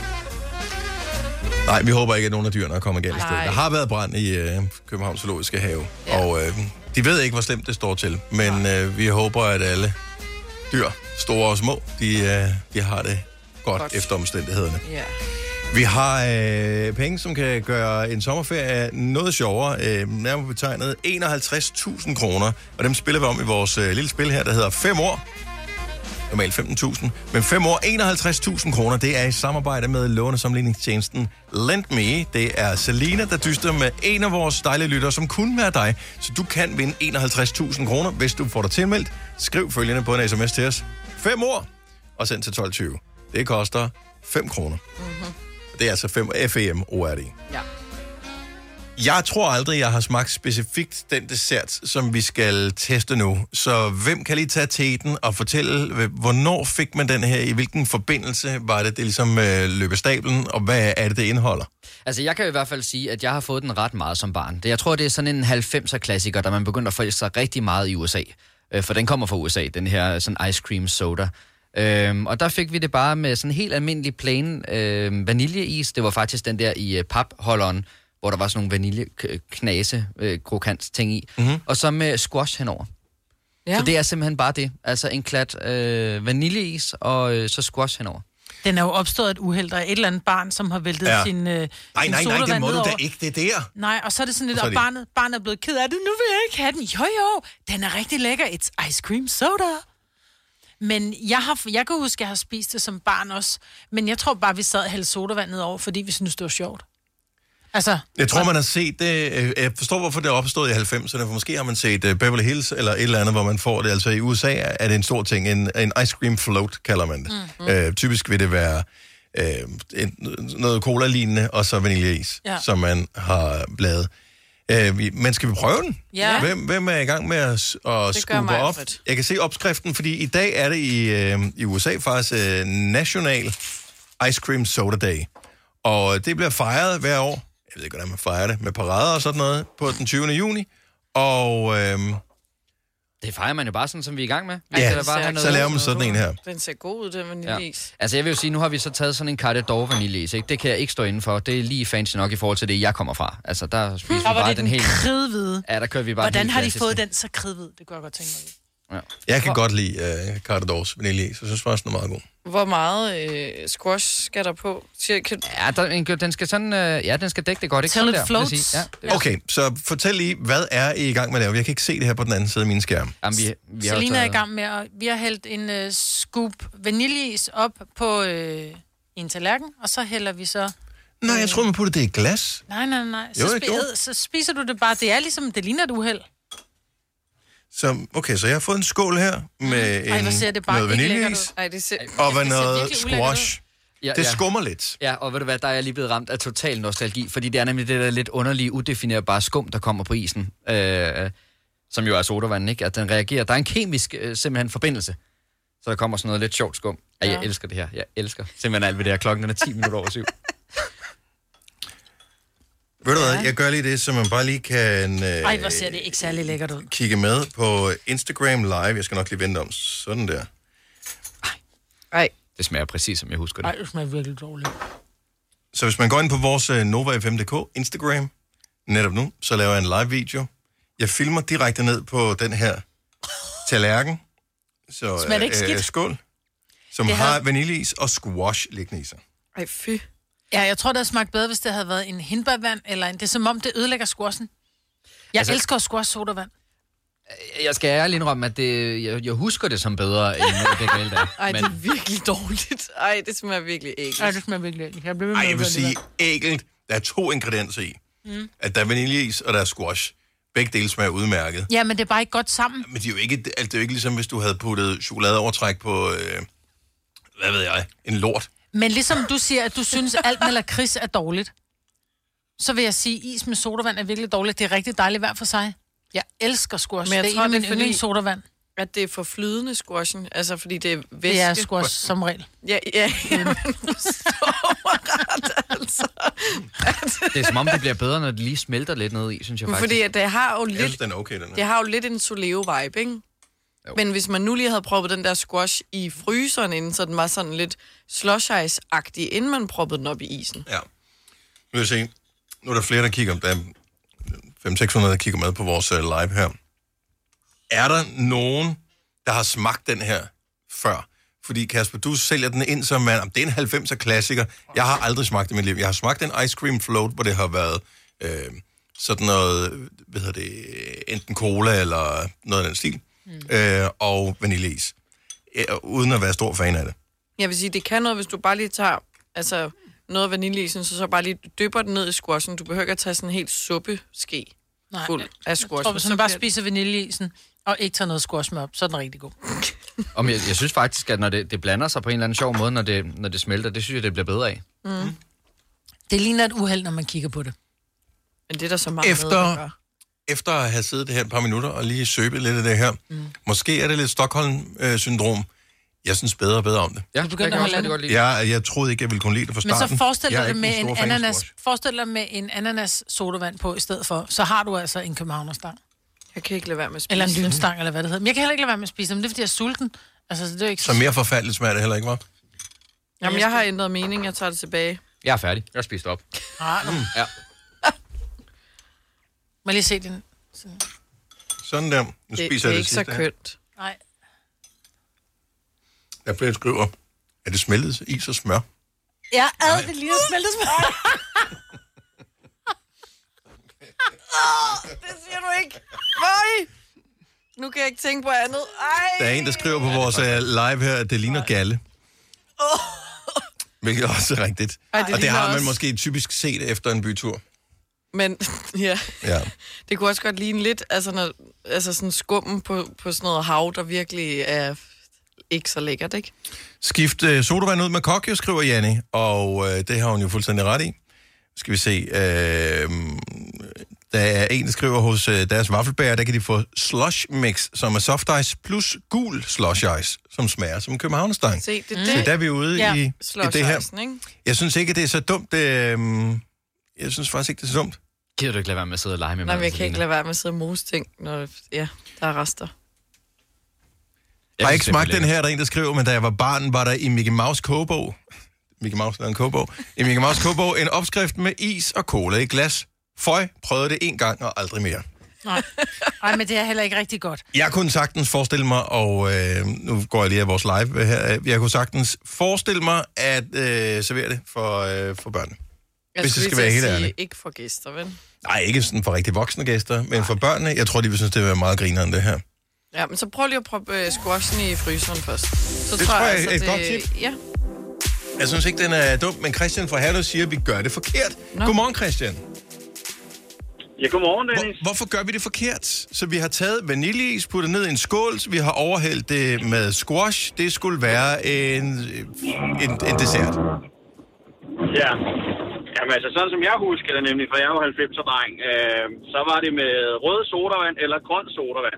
Nej, vi håber ikke, at nogen af dyrene er kommet galt sted. Der har været brand i Københavns Zoologiske Have, og de ved ikke, hvor slemt det står til. Men vi håber, at alle dyr, store og små, de har det godt efter omstændighederne. Ja. Vi har penge, som kan gøre en sommerferie noget sjovere. Nærmere betegnet 51.000 kroner. Og dem spiller vi om i vores lille spil her, der hedder 5 år. Normalt 15.000. Men 5 år, 51.000 kroner. Det er i samarbejde med lånesamligningstjenesten LendMe. Det er Selina, der dyster med en af vores dejlige lyttere, som kun er dig. Så du kan vinde 51.000 kroner, hvis du får dig tilmeldt. Skriv følgende på en sms til os. 5 år, og send til 12.20. Det koster 5 kroner. Mm-hmm. Det er altså 5 FEM-ORD. Ja. Jeg tror aldrig, jeg har smagt specifikt den dessert, som vi skal teste nu. Så hvem kan lige tage teten og fortælle, hvornår fik man den her? I hvilken forbindelse var det ligesom løb af stablen? Og hvad er det indeholder? Altså, jeg kan i hvert fald sige, at jeg har fået den ret meget som barn. Jeg tror, det er sådan en 90'er-klassiker, der man begynder at forelske sig rigtig meget i USA. For den kommer fra USA, den her sådan ice cream soda. Og der fik vi det bare med sådan helt almindelig plain vaniljeis. Det var faktisk den der i papholderen, hvor der var sådan nogle vaniljeknase, krokant ting i. Mm-hmm. Og så med squash henover. Ja. Så det er simpelthen bare det. Altså en klat vaniljeis og så squash henover. Den er jo opstået et uheld, der er et eller andet barn, som har væltet sin nej, det må du da ikke, det der. Nej, og så er det sådan lidt, og barnet er blevet ked af det. Nu vil jeg ikke have den. Jo, den er rigtig lækker. It's ice cream soda. Men jeg kan huske, at jeg har spist det som barn også. Men jeg tror bare, vi sad og hældte sodavandet over, fordi vi synes det var sjovt. Altså, jeg tror, man har set det. Jeg forstår, hvorfor det er opstået i 90'erne, for måske har man set Beverly Hills eller et eller andet, hvor man får det. Altså i USA er det en stor ting. En ice cream float, kalder man det. Mm-hmm. Typisk vil det være noget cola-lignende, og så vaniljeis, som man har lavet. Men skal vi prøve den? Ja. Hvem er i gang med at skubbe op? Jeg kan se opskriften, fordi i dag er det i USA faktisk National Ice Cream Soda Day. Og det bliver fejret hver år. Jeg ved ikke, hvordan man fejrer det. Med parader og sådan noget på den 20. juni. Og det fejrer man jo bare sådan, som vi er i gang med. Ja, så laver man sådan en her. Den ser god ud, den vaniljeis. Ja. Altså jeg vil jo sige, nu har vi så taget sådan en Carte d'Or vaniljeis, ikke? Det kan jeg ikke stå inden for. Det er lige fancy nok i forhold til det, jeg kommer fra. Altså der spiser vi bare den helt kridhvide. Ja, der kører vi bare. Hvordan har de fået den så kridhvid? Det kunne jeg godt tænke mig. Ja. Jeg kan godt lide Carte d'Ors vaniljeis, så jeg synes faktisk, den er meget god. Hvor meget squash skal der på? Den skal sådan, den skal dække det godt, ikke? Tell it floats. Ja, okay, så fortæl lige, hvad er I gang med at lave? Jeg kan ikke se det her på den anden side af min skærm. Jamen, vi Selina er i gang med, og vi har hældt en scoop vaniljeis op på en tallerken, og så hælder vi så... Nej, jeg tror, man putter det i glas. Nej. Så spiser du det bare. Det er ligesom, det ligner et uheld. Så jeg har fået en skål her med noget vaniljeis og noget squash. Det skummer lidt. Ja, og ved du hvad, der er jeg lige blevet ramt af total nostalgi, fordi det er nemlig det der lidt underlige, udefinerbare skum, der kommer på isen, som jo er sodavand, ikke? At den reagerer. Der er en kemisk simpelthen forbindelse, så der kommer sådan noget lidt sjovt skum. Ja. Jeg elsker det her. Jeg elsker simpelthen alt ved det her. Klokken er 10 minutter over 7. Ved du hvad, jeg gør lige det, så man bare lige kan... hvor ser det ikke særlig lækkert ud. Kigge med på Instagram Live. Jeg skal nok lige vente om sådan der. Ej. Det smager præcis, som jeg husker det. Ej, det smager virkelig dårligt. Så hvis man går ind på vores NovaFM.dk Instagram netop nu, så laver jeg en live-video. Jeg filmer direkte ned på den her tallerken. Så smager det ikke skidt? Skål. Som har vaniljeis og squash liggende i sig. Ej, fy. Ja, jeg tror, det havde smagt bedre, hvis det havde været en hindbærvand, eller det er som om, det ødelægger squashen. Jeg elsker squash sodavand. Jeg skal ærligt indrømme, at jeg husker det som bedre, end det galt er. Ej, det er virkelig dårligt. Ej, det smager virkelig ægelt. Ej, det smager virkelig ægelt. Jeg vil sige ægelt. Der er 2 ingredienser i. At der er vaniljeis, og der er squash. Begge dele smager udmærket. Ja, men det er bare ikke godt sammen. Men det er jo ikke ligesom, hvis du havde puttet chokoladeovertræk på, hvad ved jeg, en lort. Men ligesom du siger, at du synes, alt med lakrids er dårligt, så vil jeg sige, at is med sodavand er virkelig dårligt. Det er rigtig dejligt hver for sig. Jeg elsker squash. Men jeg tror, det er fordi sodavand. At det er for flydende squashen, altså fordi det er væske. Det er squash som regel. Ja, men du står ret, altså. Det er som om, det bliver bedre, når det lige smelter lidt ned i, synes jeg faktisk. Fordi det har jo lidt, jeg synes, den er okay, den her. Det har jo lidt en Soleo-vibe, ikke? Jo. Men hvis man nu lige havde proppet den der squash i fryseren inden, så den var sådan lidt slush ice-agtig, inden man proppede den op i isen. Ja. Nu vil jeg se. Nu er der flere, der kigger. Der er 500-600, der kigger med på vores live her. Er der nogen, der har smagt den her før? Fordi Kasper, du sælger den ind som, det er en 90'er klassiker. Jeg har aldrig smagt det i mit liv. Jeg har smagt en ice cream float, hvor det har været sådan noget, enten cola eller noget af den stil, og vaniljeis. Uden at være stor fan af det. Jeg vil sige, det kan noget, hvis du bare lige tager noget af vaniljeisen, så bare lige dypper den ned i squashen. Du behøver ikke at tage sådan en helt suppeske fuld af squash. Jeg tror, hvis man bare spiser vaniljeisen og ikke tager noget squash med op, så er den rigtig god. Og jeg synes faktisk, at når det blander sig på en eller anden sjov måde, når det smelter, det synes jeg, det bliver bedre af. Mm. Det ligner et uheld, når man kigger på det. Men det er der så meget efter at have siddet det her et par minutter og lige søbet lidt af det her, måske er det lidt Stockholm-syndrom. Jeg synes bedre og bedre om det. Ja, jeg troede ikke, jeg ville kunne lide det fra starten. Men så forestil dig med en ananas sodavand på i stedet for, så har du altså en københavnerstang. Jeg kan ikke lade være med at spise. Eller en lynstang, eller hvad det hedder. Men jeg kan heller ikke lade være med at spise dem, det er fordi jeg er sulten. Altså, det er ikke så mere forfærdeligt smager det heller ikke, hva'? Jamen, jeg har ændret mening, jeg tager det tilbage. Jeg er færdig. Jeg har spist op. Ja. Må jeg lige se den? Sådan der. Nu spiser det er ikke så kønt. Nej. Jeg bliver skriver, er det smeltet is og smør? Ja, det lige smeltet smør. Det siger du ikke. Føj! Nu kan jeg ikke tænke på andet. Ej. Der er en, der skriver på vores live her, at det ligner galle. Hvilket også er rigtigt. Og det har man også måske typisk set efter en bytur. Men, ja. Det kunne også godt ligne lidt, altså sådan skummen på sådan noget hav, der virkelig er ikke så lækkert, ikke? Skift sodavand ud med kokjo, skriver Janni, og det har hun jo fuldstændig ret i. Skal vi se. Der er en, der skriver hos deres vaffelbærer, der kan de få slush mix, som er soft ice plus gul slush ice, som smager som københavnerstang. Se, det Så der er vi ude i det her. Ikke? Jeg synes ikke, det er så dumt. Jeg synes faktisk ikke, det er så dumt. Gider du ikke lade være med at sidde og lege med mig? Nej, jeg kan ikke lade være med at sidde og mose ting, når der er rester. Jeg har ikke smagt den her, der er en, der skriver, men da jeg var barn, var der i Mickey Mouse kogebog. Mickey Mouse lavede en kogebog. I Mickey Mouse kogebog en opskrift med is og cola i glas. Føj, prøvede det en gang og aldrig mere. Nej, men det er heller ikke rigtig godt. Jeg kunne sagtens forestille mig, og nu går jeg lige af vores live her, jeg kunne sagtens forestille mig at servere det for børnene. Hvis det skal være helt ærligt. Ikke for gæster, vel? Nej, ikke sådan for rigtig voksne gæster, men for børnene, jeg tror, de vil synes, det vil være meget grineren, det her. Ja, men så prøv lige at proppe squashen i fryseren først. Så det tror jeg er et godt tip. Ja. Jeg synes ikke, den er dum, men Christian fra Herlev siger, at vi gør det forkert. Godmorgen, Christian. Ja, godmorgen, Dennis. Hvorfor gør vi det forkert? Så vi har taget vaniljeis, puttet ned i en skål, så vi har overhældt det med squash. Det skulle være en dessert. Ja. Jamen altså, sådan som jeg husker det nemlig, for jeg er jo 90'er-dreng, så var det med rød sodavand eller grøn sodavand.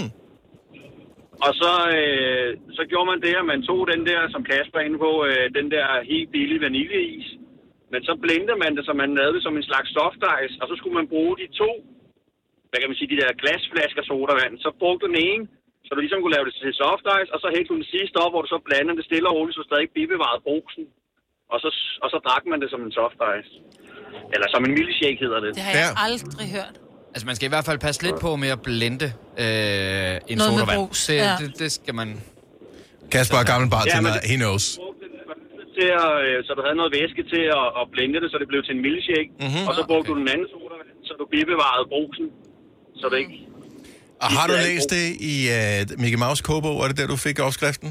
Og så gjorde man det, at man tog den der, som Kasper er inde på, den der helt billige vaniljeis. Men så blendede man det, så man lavede det som en slags soft ice, og så skulle man bruge de to, hvad kan man sige, de der glasflasker sodavand. Så brugte den ene, så du ligesom kunne lave det til soft ice, og så hældte du den sidste op, hvor du så blandede det stille og roligt, så stadig bibevarede brusen. Og så drak man det som en soft ice. Eller som en milkshake hedder det. Det har jeg aldrig hørt. Altså, man skal i hvert fald passe lidt på med at blende en noget sodavand. Med brus. Det skal man... Kasper er gammel bartender, he knows. Så du havde noget væske til at blende det, så det blev til en milkshake. Og så brugte du den anden sodavand, så du bibevarede brusen. Så det ikke... Og har du læst det i Mickey Mouse kogebog? Er det der, du fik opskriften?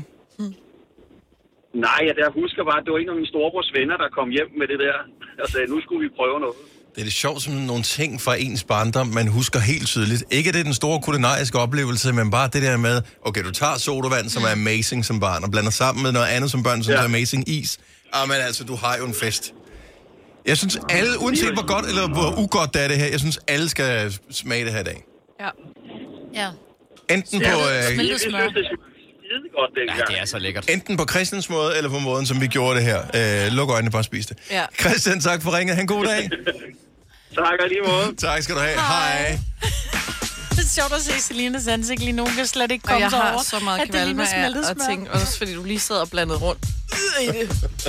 Nej, jeg husker bare, at det var en af mine storebrors venner, der kom hjem med det der. Og sagde, nu skulle vi prøve noget. Det er det sjovt som nogle ting fra ens barndom, man husker helt tydeligt. Ikke det den store kulinariske oplevelse, men bare det der med, okay, du tager sodavand, som er amazing som barn, og blander sammen med noget andet som børn, som er amazing is. Men altså, du har jo en fest. Jeg synes alle, uanset hvor godt eller hvor ugodt det er det her, jeg synes alle skal smage det her i dag. Ja. Enten på... Godt, ja, det er så lækkert. Enten på Christians måde, eller på måden, som vi gjorde det her. Luk øjnene, bare spis det. Ja. Christian, tak for ringet. Ha' en god dag. Tak, og lige måde. Tak skal du have. Hej. Det er sjovt at se Selinas ansigt lige nu. Hun kan slet ikke komme sig over. Jeg har så meget kvalme af at tænke, også fordi du lige sad og blandede rundt i det.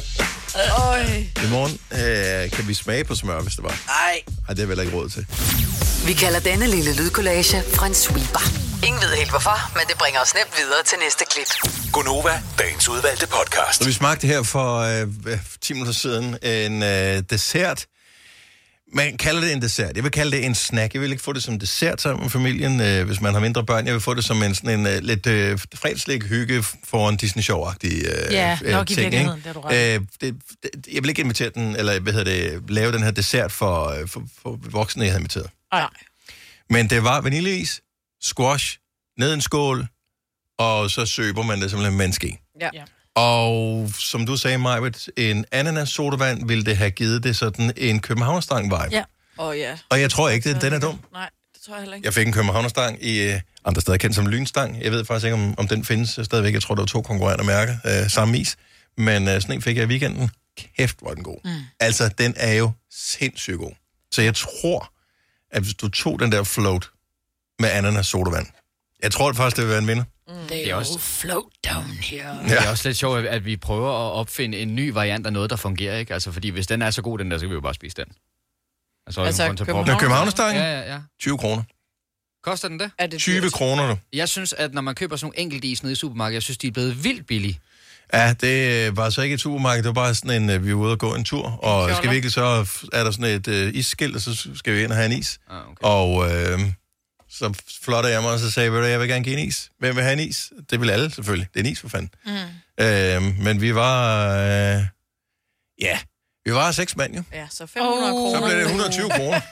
I morgen kan vi smage på smør, hvis det var. Nej, det er vel ikke råd til. Vi kalder denne lille lydkollage en sweeper. Ingen ved helt hvorfor, men det bringer os nemt videre til næste klip. Gonova, dagens udvalgte podcast. Så vi smagte her for 10 minutter siden en dessert. Man kalder det en dessert. Jeg vil kalde det en snack. Jeg vil ikke få det som dessert sammen med familien, hvis man har mindre børn. Jeg vil få det som en lidt fredagslæg hygge for en Disney-show-agtig nok ting. I virkeligheden, det er du ret. Jeg vil ikke invitere den, eller lave den her dessert for voksne, jeg havde inviteret. Nej. Men det var vaniljeis, squash, ned en skål, og så søber man det simpelthen med en ske. Ja. Og som du sagde, Majbet, en ananas-sodavand ville det have givet det sådan en københavnerstang-vibe. Ja. Ja. Og jeg tror ikke, den er dum. Nej, det tror jeg heller ikke. Jeg fik en københavnerstang i andre steder kendt som lynstang. Jeg ved faktisk ikke, om den findes stadigvæk. Jeg tror, der var 2 konkurrerende mærker, samme is. Men sådan en fik jeg i weekenden. Kæft, hvor den god. Altså, den er jo sindssygt god. Så jeg tror, at hvis du tog den der float med ananas-sodavand, jeg tror faktisk, det vil være en vinder. Det er også float down here. Ja. Det er også lidt sjovt, at vi prøver at opfinde en ny variant af noget, der fungerer, ikke? Altså, fordi hvis den er så god, den der, så kan vi jo bare spise den. Altså Københavnerstangen? Ja. 20 kroner. Koster den det? 20 kroner, du. Jeg synes, at når man køber sådan nogle enkeltis nede i supermarkedet, jeg synes, de er blevet vildt billige. Ja, det var så ikke et supermarked, det var bare sådan en, vi var ude og gå en tur, og skal vi virkelig så, er der sådan et isskilt, og så skal vi ind og have en is. Okay. Og så flottede jeg mig, og så sagde jeg, jeg vil gerne give en is. Hvem vil have en is? Det vil alle selvfølgelig. Det er en is for fanden. Men vi var, vi var 6 mand jo. Ja, så 500 kroner. Så blev det 120 kroner.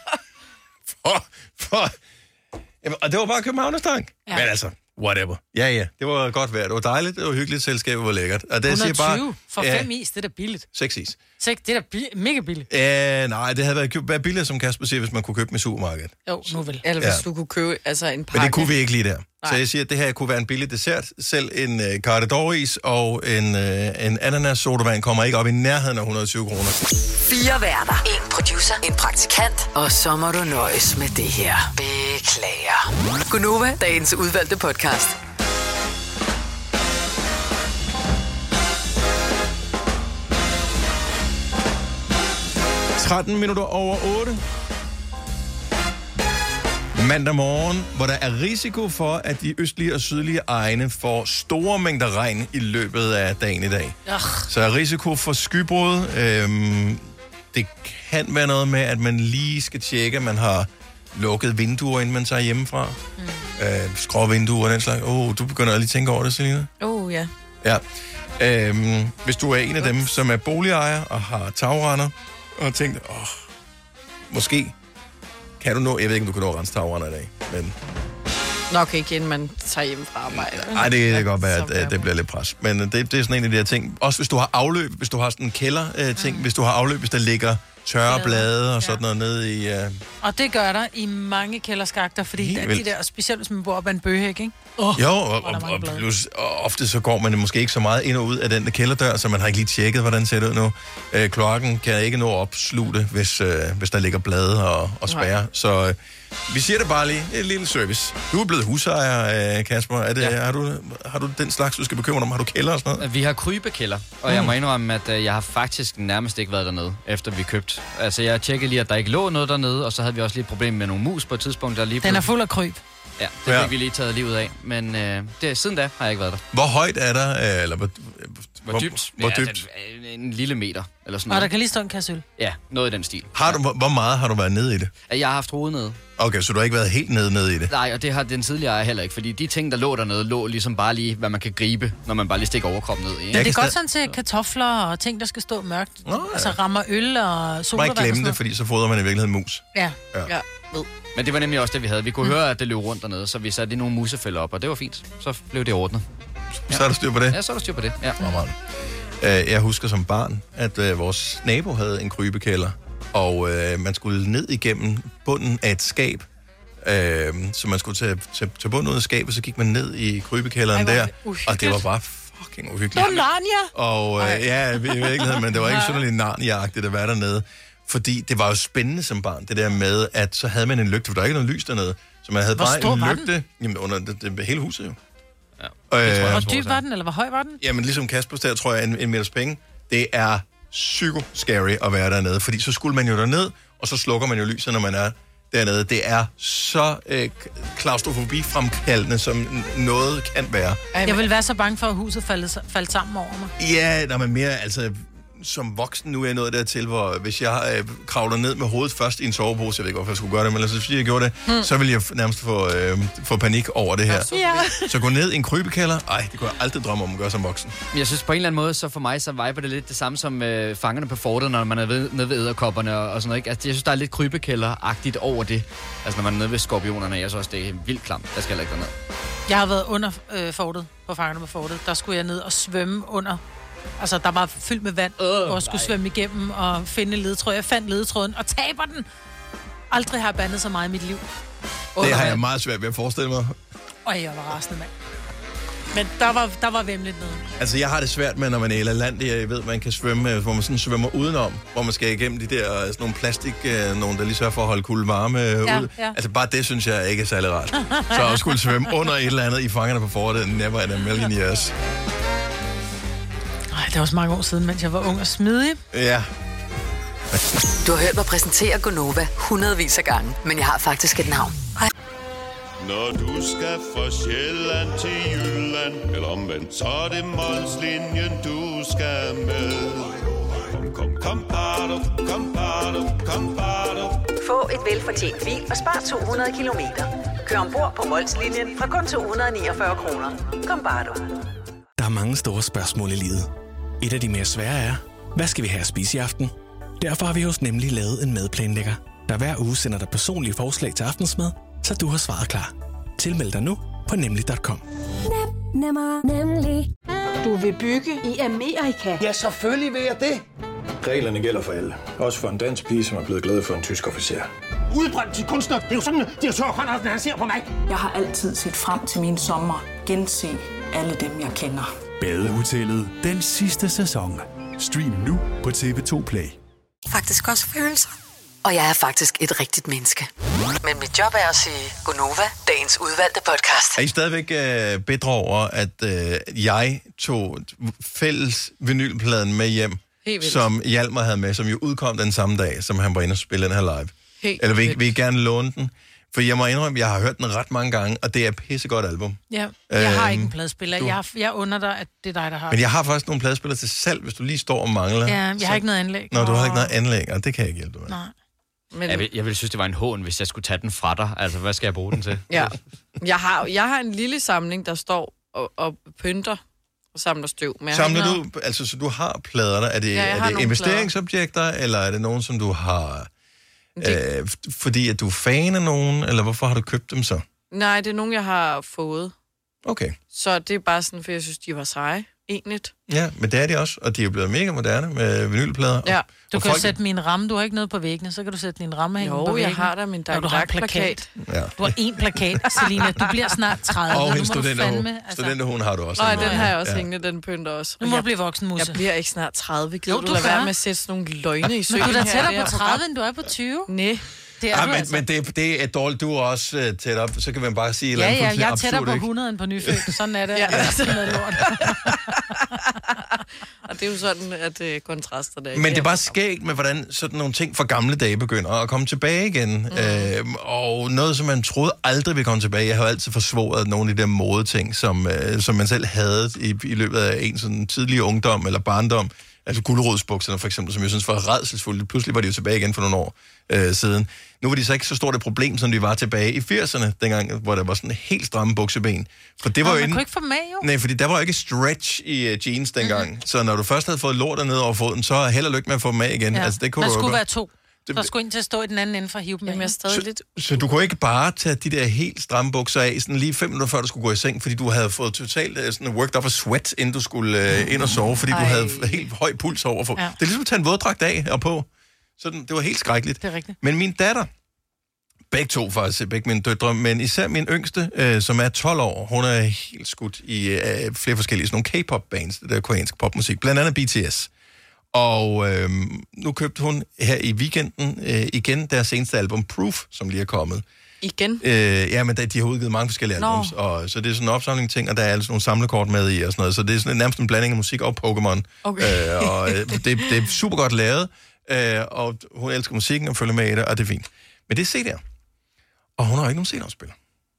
Og det var bare københavnerstang. Ja. Men altså, whatever. Ja, det var godt værd. Det var dejligt, det var hyggeligt, selskabet var lækkert. Og det 120 bare, for 5 is, det er da billigt. 6 is. 6, det er da mega billigt. Nej, det havde været billigere, som Kasper siger, hvis man kunne købe dem i supermarkedet. Jo, nu vel. Eller hvis du kunne købe en pakke. Men det kunne vi ikke lige der. Nej. Så jeg siger, at det her kunne være en billig dessert. Selv en Carte d'Or-is og en ananas-sodavand kommer ikke op i nærheden af 120 kroner. 4 værter, 1 producer, 1 praktikant, og så må du nøjes med det her. Beklager. Gonova, dagens udvalgte podcast. Minutter over 8. Mandag morgen, hvor der er risiko for, at de østlige og sydlige egne får store mængder regn i løbet af dagen i dag. Så er risiko for skybrud. Det kan være noget med, at man lige skal tjekke, at man har lukket vinduer, inden man tager hjemmefra. Skråvinduer og den slags. Du begynder at lige tænke over det, Selina. Ja. Ja. Hvis du er en af dem, som er boligejer og har tagrender, og tænkt, måske kan du nå, jeg ved ikke, om du kan nå at rense tagrender i dag, men... Nok ikke, inden man tager hjem fra arbejde. Nej, det kan godt være, at det bliver lidt pres. Men det er sådan en af de her ting. Også hvis du har afløb, hvis du har sådan en kælder-ting, hvis du har afløb, hvis der ligger tørre blade og sådan noget nede i... Og det gør der i mange kælderskakter, fordi der er de der, specielt hvis man bor op ad en bøgehæk, ikke? Jo, og ofte så går man måske ikke så meget ind og ud af den der kælderdør, så man har ikke lige tjekket, hvordan det ser ud nu. Kloakken kan ikke nå at opslutte, hvis der ligger blade og spærre. Så vi siger det bare lige, et lille service. Du er blevet husejer, Kasper. Har du den slags, du skal bekymre dig om? Har du kælder og sådan noget? Vi har krybekælder, og jeg må indrømme, at jeg har faktisk nærmest ikke været dernede, efter vi købte. Altså, jeg tjekkede lige, at der ikke lå noget dernede, og så havde vi også lige et problem med nogle mus på et tidspunkt, der lige... Den er fuld af kryb. Ja, det fik vi lige taget livet af, men siden da har jeg ikke været der. Hvor højt er der, eller hvor dybt? Hvor dybt? En lille meter, eller sådan noget. Og der kan lige stå en kasse øl. Ja, noget i den stil. Hvor meget har du været nede i det? Jeg har haft hovedet nede. Okay, så du har ikke været helt nede i det? Nej, og det har den tidligere ejer heller ikke, fordi de ting, der lå dernede, lå ligesom bare lige, hvad man kan gribe, når man bare lige stikker overkroppen ned i. Men det er godt sådan til kartofler og ting, der skal stå mørkt. Altså rammer øl og sodavand. Må ikke glemme det, fordi så fodrer man i virkeligheden mus. Ja. Men det var nemlig også det, vi havde. Vi kunne høre, at det løb rundt dernede, så vi satte lige nogle musefælder op, og det var fint. Så blev det ordnet. Så er der styr på det? Ja, så er der styr på det, ja. Jeg husker som barn, at vores nabo havde en krybekælder, og man skulle ned igennem bunden af et skab. Så man skulle tage bunden ud af skabet, så gik man ned i krybekælderen der, og det var bare fucking uhyggeligt. Det var Narnia! Og i virkeligheden, men det var ikke sådan lidt Narnia-agtigt at være dernede. Fordi det var jo spændende som barn, det der med, at så havde man en lygte, for der er ikke noget lys dernede. Så man havde bare en lygte, jamen under det hele huset jo. Ja. Hvor dyb var den, eller hvor høj var den? Jamen ligesom Kaspers der, tror jeg, en meters penge. Det er psyko-scary at være dernede, fordi så skulle man jo derned, og så slukker man jo lyset, når man er dernede. Det er så klaustrofobifremkaldende, som noget kan være. Jeg vil være så bange for, at huset faldt sammen over mig. Ja, der er mere, altså... Som voksen nu er jeg nået dertil, hvor hvis jeg kravler ned med hovedet først i en sovepose, jeg ved ikke, hvorfor jeg skulle gøre det, men altså, hvis jeg gjorde det, så ville jeg nærmest få panik over det her. Ja. Så gå ned i en krybekælder, det kunne jeg aldrig drømme om at gøre som voksen. Jeg synes på en eller anden måde, så for mig, så viber det lidt det samme som fangerne på fortet, når man er nede ved edderkopperne og sådan noget. Ikke? Altså, jeg synes, der er lidt krybekælder-agtigt over det. Altså, når man er nede ved skorpionerne, jeg synes også, det er vildt klamt. Der skal jeg ikke derned. Jeg har været under fortet, på fangerne på fortet. Der skulle jeg ned og svømme under. Altså, der var fyldt med vand, hvor jeg skulle svømme igennem og finde ledetråd. Jeg fandt ledetråden og taber den. Aldrig har jeg bandet så meget i mit liv. Det har jeg meget svært ved at forestille mig. Og jeg var rasende, mand. Men der var vemmeligt nede. Altså, jeg har det svært med, når man er i land, jeg ved, man kan svømme, hvor man sådan svømmer udenom, hvor man skal igennem de der sådan nogle plastik, nogen, der lige sørger for at holde kulde varme ud. Ja. Altså, bare det synes jeg ikke er særlig rart. Så at skulle svømme under et eller andet i fangerne på fortet, never in a million years. Det var også mange år siden, mens jeg var ung og smidig. Ja. Du har hørt mig præsentere Gonova hundredvis af gange, men jeg har faktisk et navn. Når du skal fra Sjælland til Jylland, eller omvendt, så er det Molslinjen, du skal med. Kom, bado, kom, bado. Få et velfortjent bil og spar 200 kilometer. Kør ombord på Molslinjen fra kun 249 kroner. Kom, bado. Der er mange store spørgsmål i livet. Et af de mere svære er, hvad skal vi have at spise i aften? Derfor har vi hos Nemlig lavet en madplanlægger, der hver uge sender dig personlige forslag til aftensmad, så du har svaret klar. Tilmeld dig nu på nemlig.com. Nemlig. Du vil bygge i Amerika? Ja, selvfølgelig vil jeg det. Reglerne gælder for alle. Også for en dansk pige, som er blevet glad for en tysk officer. Udbrændt til kunstner. Det er jo sådan, at direktør Conradsen, han ser på mig. Jeg har altid set frem til min sommer. Gense alle dem, jeg kender. Badehotellet den sidste sæson. Stream nu på TV2 Play. Faktisk også følelser. Og jeg er faktisk et rigtigt menneske. Men mit job er at sige Gonova, dagens udvalgte podcast. Er I stadigvæk bedre over, at jeg tog fælles vinylpladen med hjem, som Hjalmar havde med, som jo udkom den samme dag, som han var inde og spille den her live? Eller vil I gerne låne den? For jeg må indrømme, at jeg har hørt den ret mange gange, og det er et pissegodt album. Ja, jeg har ikke en pladespiller. Jeg under dig, at det er dig, der har. Men jeg har faktisk nogle pladespillere til salg, hvis du lige står og mangler. Ja, jeg har ikke noget anlæg. Nå, du har ikke noget anlæg, og det kan jeg ikke hjælpe dig med. Nej. Men jeg ville synes, det var en hån, hvis jeg skulle tage den fra dig. Altså, hvad skal jeg bruge den til? Ja. Jeg har en lille samling, der står og pynter og samler støv. Men samler du, altså, så du har plader der? Er det investeringsobjekter, eller er det nogen, som du har... fordi at du er fan af nogen, eller hvorfor har du købt dem så? Nej, det er nogen, jeg har fået. Okay. Så det er bare sådan, for jeg synes, de var seje, egentlig. Ja, men det er de også, og de er jo blevet mega moderne med vinylplader. Ja, du kan sætte min ramme, du har ikke noget på væggene, så kan du sætte din ramme på væggen. Jeg har da min plakat. Ja. Du har én plakat, Selina, du bliver snart 30. Og en studenterhund har du også. Nej, den har jeg også hængende, den pynter også. Nu må du blive voksen, Musse. Jeg bliver ikke snart 30, gider du lade være med at sætte sådan nogle løgne i søen. Men du er da tættere på 30, end du er på 20. Nej. Men det er dårligt. Du er også tæt op. Så kan man bare sige... Ja, jeg er tættere på 100 end på nyfødt. Sådan er det. Ja. Og det er jo sådan, at kontraster der. Men det er bare skægt med, hvordan sådan nogle ting fra gamle dage begynder at komme tilbage igen. Og noget, som man troede aldrig ville komme tilbage. Jeg har jo altid forsvoret nogle af de der modeting, som man selv havde i løbet af en sådan tidlig ungdom eller barndom. Altså gulerodsbukserne for eksempel, som jeg synes var rædselsfulde. Pludselig var de jo tilbage igen for nogle år siden. Nu var de så ikke så stort et problem, som de var tilbage i 80'erne, dengang, hvor der var sådan helt stramme bukseben. For det var jo man kunne ikke få med, jo. Nej, fordi der var jo ikke stretch i jeans dengang. Så når du først havde fået lortet ned over foden, så held og lykke med at få med igen. Ja. Altså, det kunne man du skulle være to. Der skulle ind til at stå i den anden ende for at hive dem med. Så du kunne ikke bare tage de der helt stramme bukser af, sådan lige 5 minutter før du skulle gå i seng, fordi du havde fået totalt sådan worked up a sweat, inden du skulle ind og sove, fordi du havde helt høj puls overfor. Ja. Det er ligesom at tage en våddragt af og på. Så det var helt skrækkeligt. Det er rigtigt. Men min datter, begge mine døtre, men især min yngste, som er 12 år, hun er helt skudt i flere forskellige sådan nogle K-pop-bands, det der koreansk popmusik, blandt andet BTS. Og nu købte hun her i weekenden igen deres seneste album, Proof, som lige er kommet. Igen? Ja, men de har udgivet mange forskellige albums, og så det er sådan en opsamling ting, og der er altså nogle samlekort med i og sådan noget, så det er sådan nærmest en blanding af musik og Pokémon. Okay. Og det er super godt lavet, og hun elsker musikken og følger med i det, og det er fint. Men det er CD'er. Og hun har ikke nogen CD-afspiller.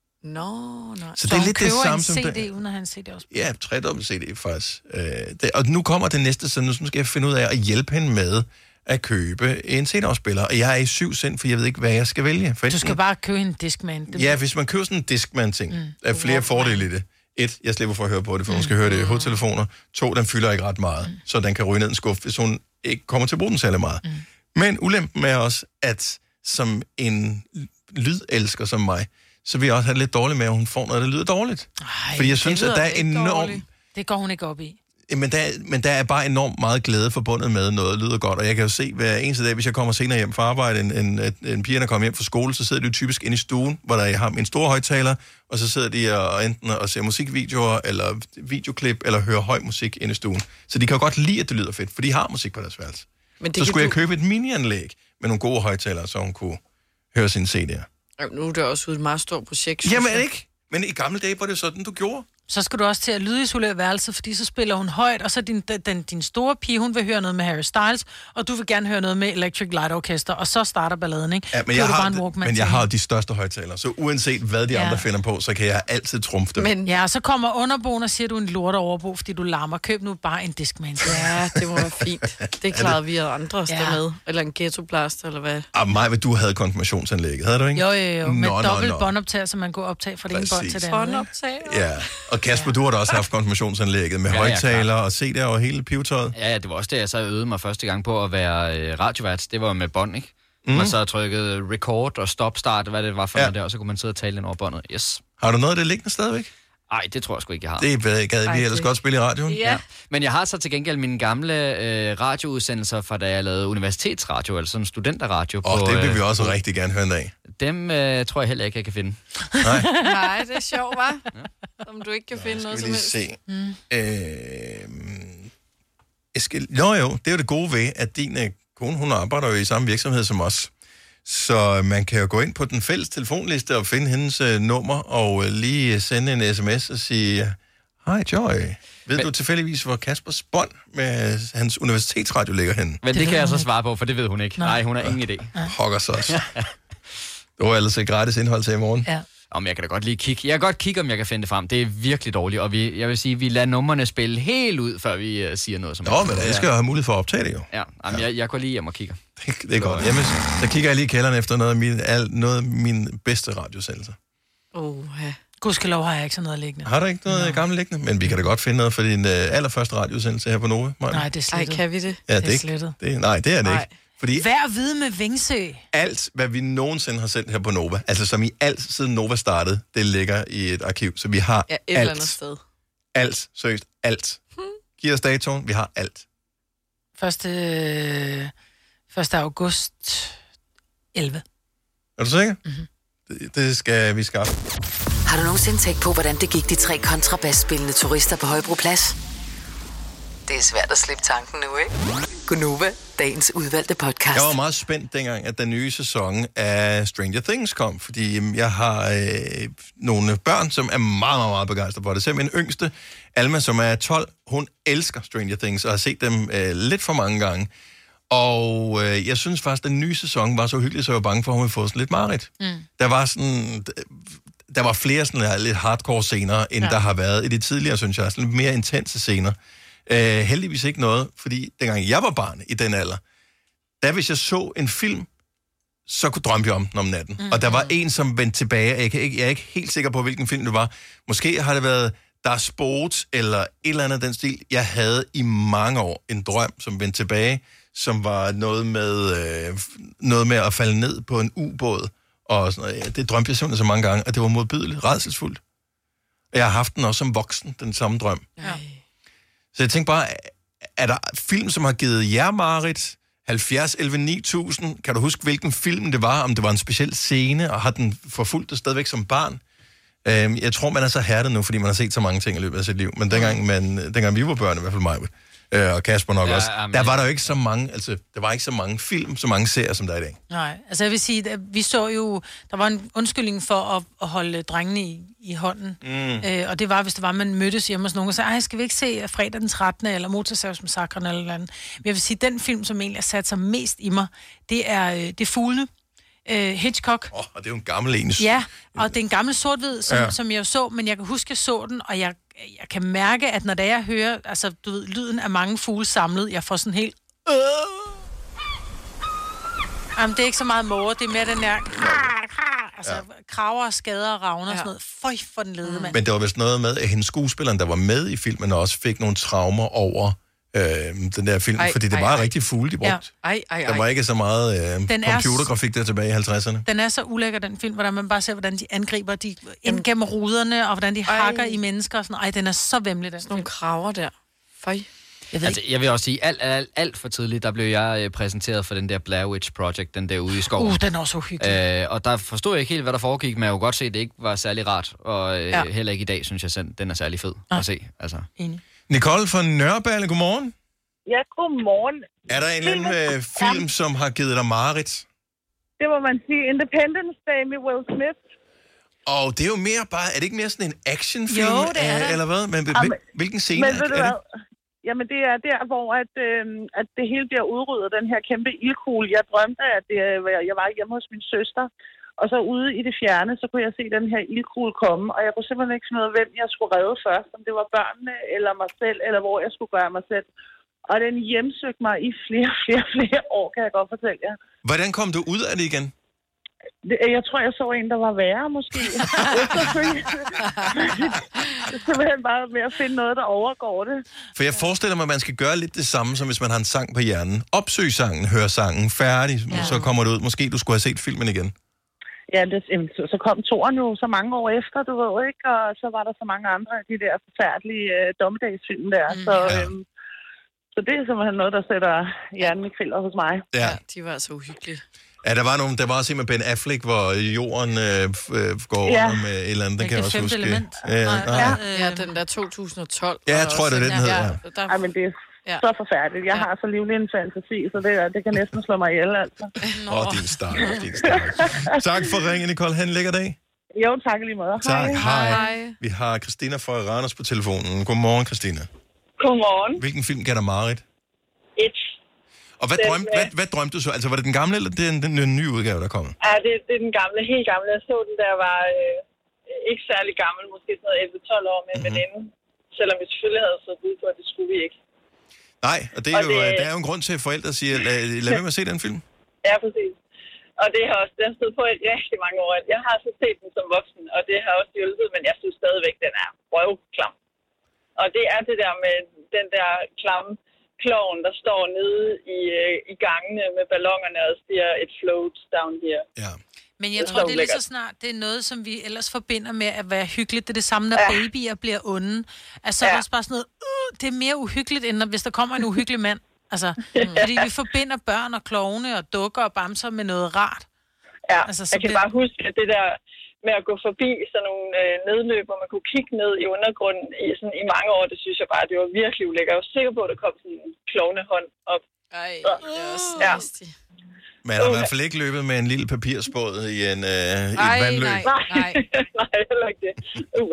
Nej. Så det er lidt det samme som CD, det. uden at have en CD-afspiller. Ja, 3 CD faktisk. Og nu kommer det næste, så nu skal jeg finde ud af at hjælpe hende med at købe en CD-afspiller. Og jeg er i 7 sind, for jeg ved ikke, hvad jeg skal vælge. For Du skal bare købe en Discman. Ja, hvis man køber sådan en Discman-ting, der er flere fordele i det. 1, jeg slipper for at høre på det, for hun skal høre det i hovedtelefoner. 2, den fylder ikke ret meget, så den kan ryge ned en skuffe, hvis hun ikke kommer til at bruge den særlig meget. Men ulempen er også, at som en lydelsker som mig, så vil jeg også have det lidt dårligt med, at hun får noget, der lyder dårligt. Fordi jeg synes, at der er enormt... Det går hun ikke op i. Men der er bare enormt meget glæde forbundet med noget, der lyder godt. Og jeg kan jo se hver eneste dag, hvis jeg kommer senere hjem fra arbejde, en pige, der kommer hjem fra skole, så sidder de jo typisk inde i stuen, hvor der har en stor højttaler, og så sidder de og enten og ser musikvideoer, eller videoklip, eller hører høj musik inde i stuen. Så de kan jo godt lide, at det lyder fedt, for de har musik på deres værelse. Så skulle jeg købe et mini-anlæg med nogle gode højttalere, så hun kunne høre sine CD'er. Nu er det også et meget stort projekt. Jamen ikke. Men i gamle dage var det sådan, du gjorde. Så skal du også til at lydisolere værelset, fordi så spiller hun højt, og så din store pige, hun vil høre noget med Harry Styles, og du vil gerne høre noget med Electric Light Orchestra, og så starter balladen, ikke? Ja, men jeg har de største højttalere, så uanset hvad de andre finder på, så kan jeg altid trumfe dem. Men ja, så kommer underboen og siger, du er en lort overbo, fordi du larmer. Køb nu bare en Discman. Ja, det må være fint. Det klarede vi og andre med. Eller en ghettoblaster, eller hvad? Maja, du havde konfirmationsanlægget, havde du ikke? Jo. Med dobbelt båndoptager, så man går optage fra det ene bånd til det andet. Ja, og Kasper, du har da også haft konfirmationsanlægget med højttaler og CD'er og hele pivetøjet. Ja, det var også det, jeg så øvede mig første gang på at være radiovært. Det var med bånd, ikke? Man så trykkede record og stop start, hvad det var for noget der, og så kunne man sidde og tale ind over båndet. Yes. Har du noget af det liggende stadigvæk? Nej, det tror jeg sgu ikke, jeg har. Det gad vi ellers godt spille i radioen. Ja. Men jeg har så til gengæld mine gamle radioudsendelser fra da jeg lavede universitetsradio, altså sådan studenterradio. Det vil vi også rigtig gerne høre en dag. Dem tror jeg heller ikke, jeg kan finde. Nej, det er sjovt, hva'? Om du ikke kan finde noget som helst. Se. Jo, det er jo det gode ved, at din kone, hun arbejder jo i samme virksomhed som os. Så man kan jo gå ind på den fælles telefonliste og finde hendes nummer, og lige sende en sms og sige, hej Joy, ved du tilfældigvis, hvor Kaspers bånd med hans universitetsradio ligger henne? Men det kan jeg så svare på, for det ved hun ikke. Nej, hun har ingen idé. Hokker så også. Det var ellers et gratis indhold til i morgen. Ja. Om jeg kan da godt lige kigge. Jeg kan godt kigge, om jeg kan finde det frem. Det er virkelig dårligt, og jeg vil sige, vi lader numrene spille helt ud, før vi siger noget som men jeg skal jo have mulighed for at optage det jo. Ja, jeg går lige hjem og kigger. Det er godt. Jamen, så kigger jeg lige i kælderen efter noget af mine bedste radiosendelser. Gudskelov har jeg ikke sådan noget liggende. Har du ikke noget gammelt liggende? Men vi kan da godt finde noget for din allerførste radiosendelse her på Nova. Nej, det er slettet. Kan vi det? Ja, det er slettet. Nej, det er det ikke. Fordi Hver vide med Vingsø. alt, hvad vi nogensinde har sendt her på Nova, altså som i alt siden Nova startede, det ligger i et arkiv. Så vi har et eller andet sted. Alt, seriøst, alt. Giv os datoen, vi har alt. 1. august 11. Er du sikker? Mm-hmm. Det skal vi skaffe. Har du nogensinde tænkt på, hvordan det gik de 3 kontrabasspillende turister på Højbroplads? Det er svært at slippe tanken nu, ikke? Gunova, dagens udvalgte podcast. Jeg var meget spændt dengang, at den nye sæson af Stranger Things kom, fordi jeg har nogle børn, som er meget, meget, meget begejstrede for det. Selv min yngste, Alma, som er 12, hun elsker Stranger Things og har set dem lidt for mange gange. Og jeg synes faktisk, at den nye sæson var så hyggelig, så jeg var bange for, at hun ville få sådan lidt mareridt. Der var flere sådan lidt hardcore scener, end der har været i de tidligere, synes jeg. Sådan lidt mere intense scener. Heldigvis ikke noget, fordi dengang jeg var barn i den alder, der hvis jeg så en film, så kunne drømme jeg om den om natten. Mm-hmm. Og der var en, som vendte tilbage. Jeg er ikke helt sikker på, hvilken film det var. Måske har det været Der Sport, eller et eller andet af den stil. Jeg havde i mange år en drøm, som vendte tilbage, som var noget med at falde ned på en ubåd. Og sådan noget. Det drømte jeg simpelthen så mange gange, og det var modbydeligt, rædselsfuldt. Og jeg har haft den også som voksen, den samme drøm. Ja. Så jeg tænkte bare, er der film, som har givet jer mareridt? 70, 11, 9000. Kan du huske, hvilken film det var? Om det var en speciel scene, og har den forfulgt det stadigvæk som barn? Jeg tror, man er så hærdet nu, fordi man har set så mange ting i løbet af sit liv. Men dengang vi var børn, i hvert fald mig, og Kasper nok også, der var der jo ikke så mange, altså, der var ikke så mange film, så mange serier, som der er i dag. Nej, altså jeg vil sige, at vi så jo, der var en undskyldning for at holde drengene i hånden. Og det var, hvis det var, man mødtes hjemme hos nogen og sagde, skal vi ikke se fredag den 13. eller Motorsavsmassakren eller andet. Men jeg vil sige, den film, som egentlig har sat sig mest i mig, det er Fuglene. Hitchcock. Og det er jo en gammel en. Ja, og det er en gammel sort-hvid, som jeg så, men jeg kan huske, jeg så den, og jeg kan mærke, at når det jeg hører, altså du ved, lyden af mange fugle samlet, jeg får sådan helt... Jamen, det er ikke så meget måger, det er mere den her... Altså, kraver, skader og ravner og sådan noget. Føj for den lede, mand. Men det var vist noget med, at hendes skuespilleren, der var med i filmen, også fik nogle traumer over den der film, fordi det var rigtig fugle, de brugte. Der var ikke så meget computergrafik der tilbage i 50'erne. Den er så ulækker, den film, hvordan man bare ser, hvordan de angriber de ind gennem ruderne, og hvordan de hakker i mennesker og sådan. Ej, den er så væmmelig, den. Sådan nogle kraver der. Føj. Jeg vil også sige, alt for tidligt, der blev jeg præsenteret for den der Blair Witch Project, den der ude i skoven. Den er også uhyggelig. Og der forstod jeg ikke helt, hvad der foregik, men jeg kunne godt se, at det ikke var særlig rart. Og heller ikke i dag, synes jeg, den er særlig fed at se. Altså. Enig. Nicole fra Nørreballe, godmorgen. Ja, godmorgen. Er der en eller anden film, som har givet dig mareridt? Det må man sige. Independence Day med Will Smith. Og det er jo mere bare... Er det ikke mere sådan en actionfilm? Jo, det er det. Eller hvad? Men hvilken scene er det? Jamen, det er der, hvor at det hele bliver udryddet, den her kæmpe ildkugle. Jeg drømte, at jeg var hjemme hos min søster, og så ude i det fjerne, så kunne jeg se den her ildkugle komme, og jeg kunne simpelthen ikke finde ud af, hvem jeg skulle redde først, om det var børnene, eller mig selv, eller hvor jeg skulle gøre mig selv. Og den hjemsøgte mig i flere år, kan jeg godt fortælle jer. Hvordan kom du ud af det igen? Jeg tror, jeg så en, der var værre, måske. Simpelthen bare med at finde noget, der overgår det. For jeg forestiller mig, at man skal gøre lidt det samme, som hvis man har en sang på hjernen. Opsøg sangen, hør sangen, færdig, så kommer det ud. Måske du skulle have set filmen igen. Ja, så kom toren jo så mange år efter, du ved ikke, og så var der så mange andre af de der forfærdelige dommedagsfilm der. Så det er simpelthen noget, der sætter hjernen i kriller hos mig. Ja, de var så uhyggelige. Ja, der var også en med Ben Affleck, hvor jorden går under med et eller andet, den kan jeg også huske. Element. Ja, den der 2012. Ja, jeg tror, det er den hedder. Ej, men det er så forfærdeligt. Jeg har så livlig en fantasi, så det kan næsten slå mig ihjel, altså. Din start. Tak for ringen, Nicole. Ha' en lækker dag. Jo, tak lige måde. Tak, hej. Vi har Christina fra Randers på telefonen. Godmorgen, Christina. Godmorgen. Hvilken film gav dig mareridt? Og hvad drømte du så? Altså, var det den gamle, eller den nye udgave, der kom? Ja, det er den gamle, helt gamle. Jeg så den, der var ikke særlig gammel, måske sådan noget 11-12 år med en veninde. Selvom vi selvfølgelig havde så bud på, at det skulle vi ikke. Nej, og det er jo der er jo en grund til, at forældre siger, lad være med at se den film. Ja, præcis. Og det har også stået på i rigtig mange år. Jeg har så set den som voksen, og det har også hjulpet, men jeg synes stadigvæk, den er røvklam. Og det er det der med den der klamme klovn, der står nede i gangene med ballongerne og siger, it floats down here. Ja. Men jeg tror, det er lige så snart, det er noget, som vi ellers forbinder med at være hyggeligt. Det er det samme, når babyer bliver onde. Altså, det er også bare sådan noget, det er mere uhyggeligt, end hvis der kommer en uhyggelig mand. Altså, fordi vi forbinder børn og klovne og dukker og bamser med noget rart. Ja, altså, jeg kan bare huske, at det der med at gå forbi sådan nogle nedløb, hvor man kunne kigge ned i undergrunden i mange år, det synes jeg bare, det var virkelig ulækkert. Jeg var sikker på, at der kom sådan en klovnehånd op. Ej, det er også nasty. Men jeg har i hvert fald ikke løbet med en lille papirsbåd i en vandløb. Nej, heller ikke det.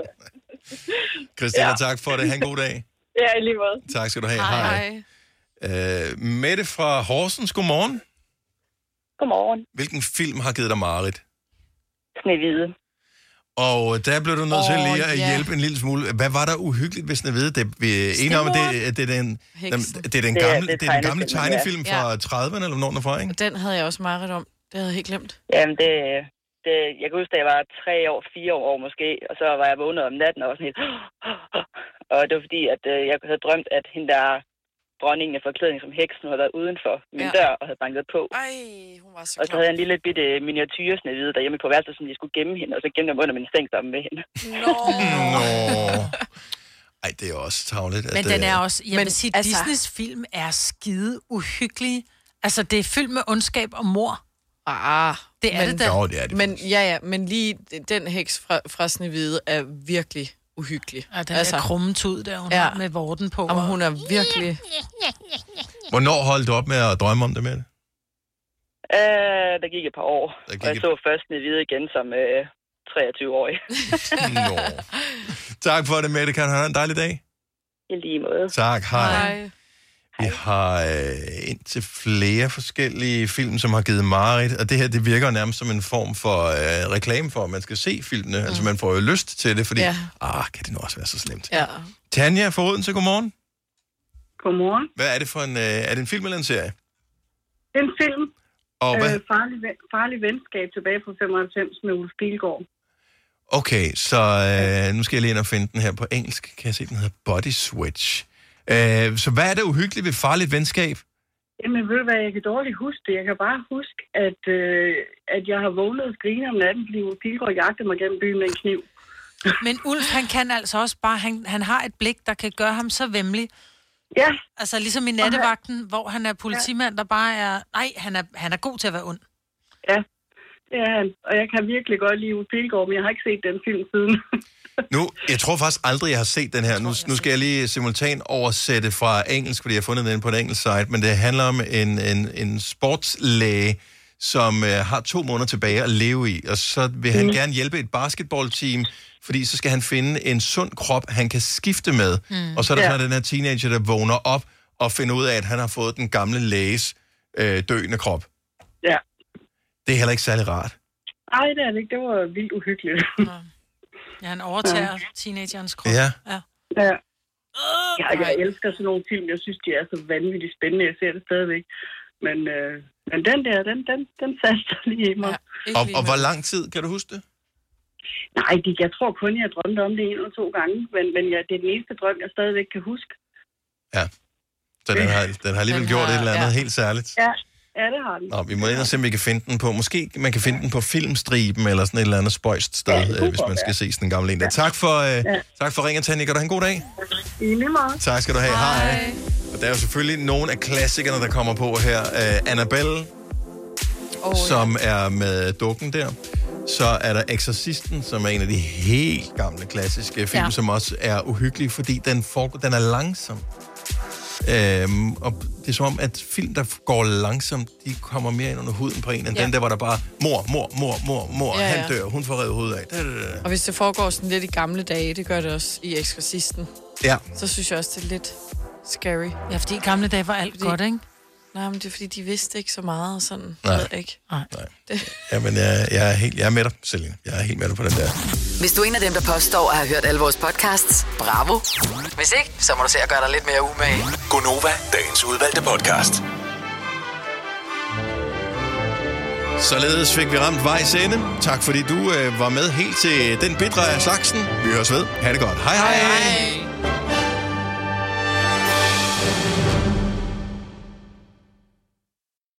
Christina, tak for det. Ha' en god dag. Ja, i lige måde. Tak skal du have. Hej. Mette fra Horsens, godmorgen. Godmorgen. Hvilken film har givet dig mareridt? Snehvide. Og der blev du nødt til lige at hjælpe en lille smule. Hvad var der uhyggeligt ved Snehvide? Vi er enige om, at det er den gamle tegnefilm fra 30'erne, eller hvornår den er fra, ikke? Den havde jeg også mareridt om. Det havde jeg helt glemt. Jamen, jeg kan huske, da jeg var 4 år måske, og så var jeg vågnet om natten og sådan helt... Og det var fordi, at jeg havde drømt, at hende der dronningen af forklædning som heksen havde været udenfor min dør og havde banket på. Ej, hun var så og så havde jeg en lille bitte miniatyre Snehvide derhjemme på værelset, som jeg skulle gemme hende, og så gemme dem under min seng sammen med hende. Nå. Ej, det er også tarveligt. Men den er også... Jeg vil sige, Disneys film er skide uhyggelig. Altså, det er fyldt med ondskab og mor. Det er det da. Jo, det er det. Men lige den heks fra Snehvide er virkelig uhyggelig. Ja, den er krummetud, der hun har med vorten på. Og hun er virkelig... Hvornår holdt du op med at drømme om det med det? Der gik et par år. Og jeg så først Snehvide igen som 23-årig. Nå. Tak for det, Mette. Kan du have en dejlig dag? I lige måde. Tak, hej. Vi har indtil flere forskellige film, som har givet mareridt, og det her, det virker nærmest som en form for reklame for, at man skal se filmene. Altså, man får jo lyst til det, fordi, kan det nu også være så slemt. Ja. Tanja fra Odense, godmorgen. Godmorgen. Hvad er det for en, er det en film eller en serie? Det er en film. Og hvad? Farlig venskab tilbage på 95 med Ulf Pilgaard. Okay, så nu skal jeg lige ind og finde den her på engelsk. Kan jeg se, den hedder Body Switch. Så hvad er det uhyggeligt ved farligt venskab? Jamen, ved du hvad, jeg kan dårligt huske det. Jeg kan bare huske, at jeg har vågnet og skrinet om natten, fordi Ulf Pilgaard jagtede mig gennem byen med en kniv. Men Ulf, han kan altså også bare, han har et blik, der kan gøre ham så væmmelig. Ja. Altså ligesom i Nattevagten, hvor han er politimand, der bare er... Nej, han er god til at være ond. Ja, det er han. Og jeg kan virkelig godt lide Ulf Pilgaard, men jeg har ikke set den film siden. Jeg tror faktisk aldrig, jeg har set den her. Nu skal jeg lige simultan oversætte fra engelsk, fordi jeg har fundet den på en engelsk site, men det handler om en sportslæge, som har 2 måneder tilbage at leve i, og så vil han gerne hjælpe et basketballteam, fordi så skal han finde en sund krop, han kan skifte med. Og så er der så den her teenager, der vågner op og finder ud af, at han har fået den gamle læges døende krop. Ja. Det er heller ikke særlig rart. Nej, det er det ikke. Det var vildt uhyggeligt. Ja, han overtager teenagerens krop. Ja. Jeg elsker sådan nogle film. Jeg synes, de er så vanvittigt spændende. Jeg ser det stadigvæk. Men den der, den faster lige i mig. Ja, og hvor lang tid, kan du huske det? Nej, jeg tror kun, jeg drømte om det 1 eller 2 gange. Men det er den eneste drøm, jeg stadigvæk kan huske. Ja, så den har alligevel gjort et eller andet helt særligt. Ja, det har den. Nå, vi må ind og se, om vi kan finde den på... Måske man kan finde den på Filmstriben, eller sådan et eller andet spøjst sted, hvis man skal se sådan en gammel en. Tak for ringen, Tanja. Kan du have en god dag? I lige meget. Tak skal du have. Hej. Og der er jo selvfølgelig nogle af klassikerne, der kommer på her. Annabelle, som er med dukken der. Så er der Exorcisten, som er en af de helt gamle klassiske film, som også er uhyggelig, fordi den er langsom. Og det er som om, at film, der går langsomt, de kommer mere ind under huden på en, end den der, hvor der bare mor, han dør, hun får revet hovedet af. Og hvis det foregår sådan lidt i gamle dage, det gør det også i Exorcisten. Ja. Så synes jeg også, det er lidt scary. Ja, fordi i gamle dage var alt godt, ikke? Nej, men det er fordi, de vidste ikke så meget og sådan. Nej. Jeg ved ikke. Nej. Jamen, jeg er med dig, Selina. Jeg er helt med dig på den der. Hvis du er en af dem, der påstår at have hørt alle vores podcasts, bravo. Hvis ikke, så må du se at gøre dig lidt mere umage. Gonova, dagens udvalgte podcast. Således fik vi ramt vejs ende. Tak fordi du var med helt til den bitre af slagsen. Vi høres ved. Ha' det godt. Hej hej.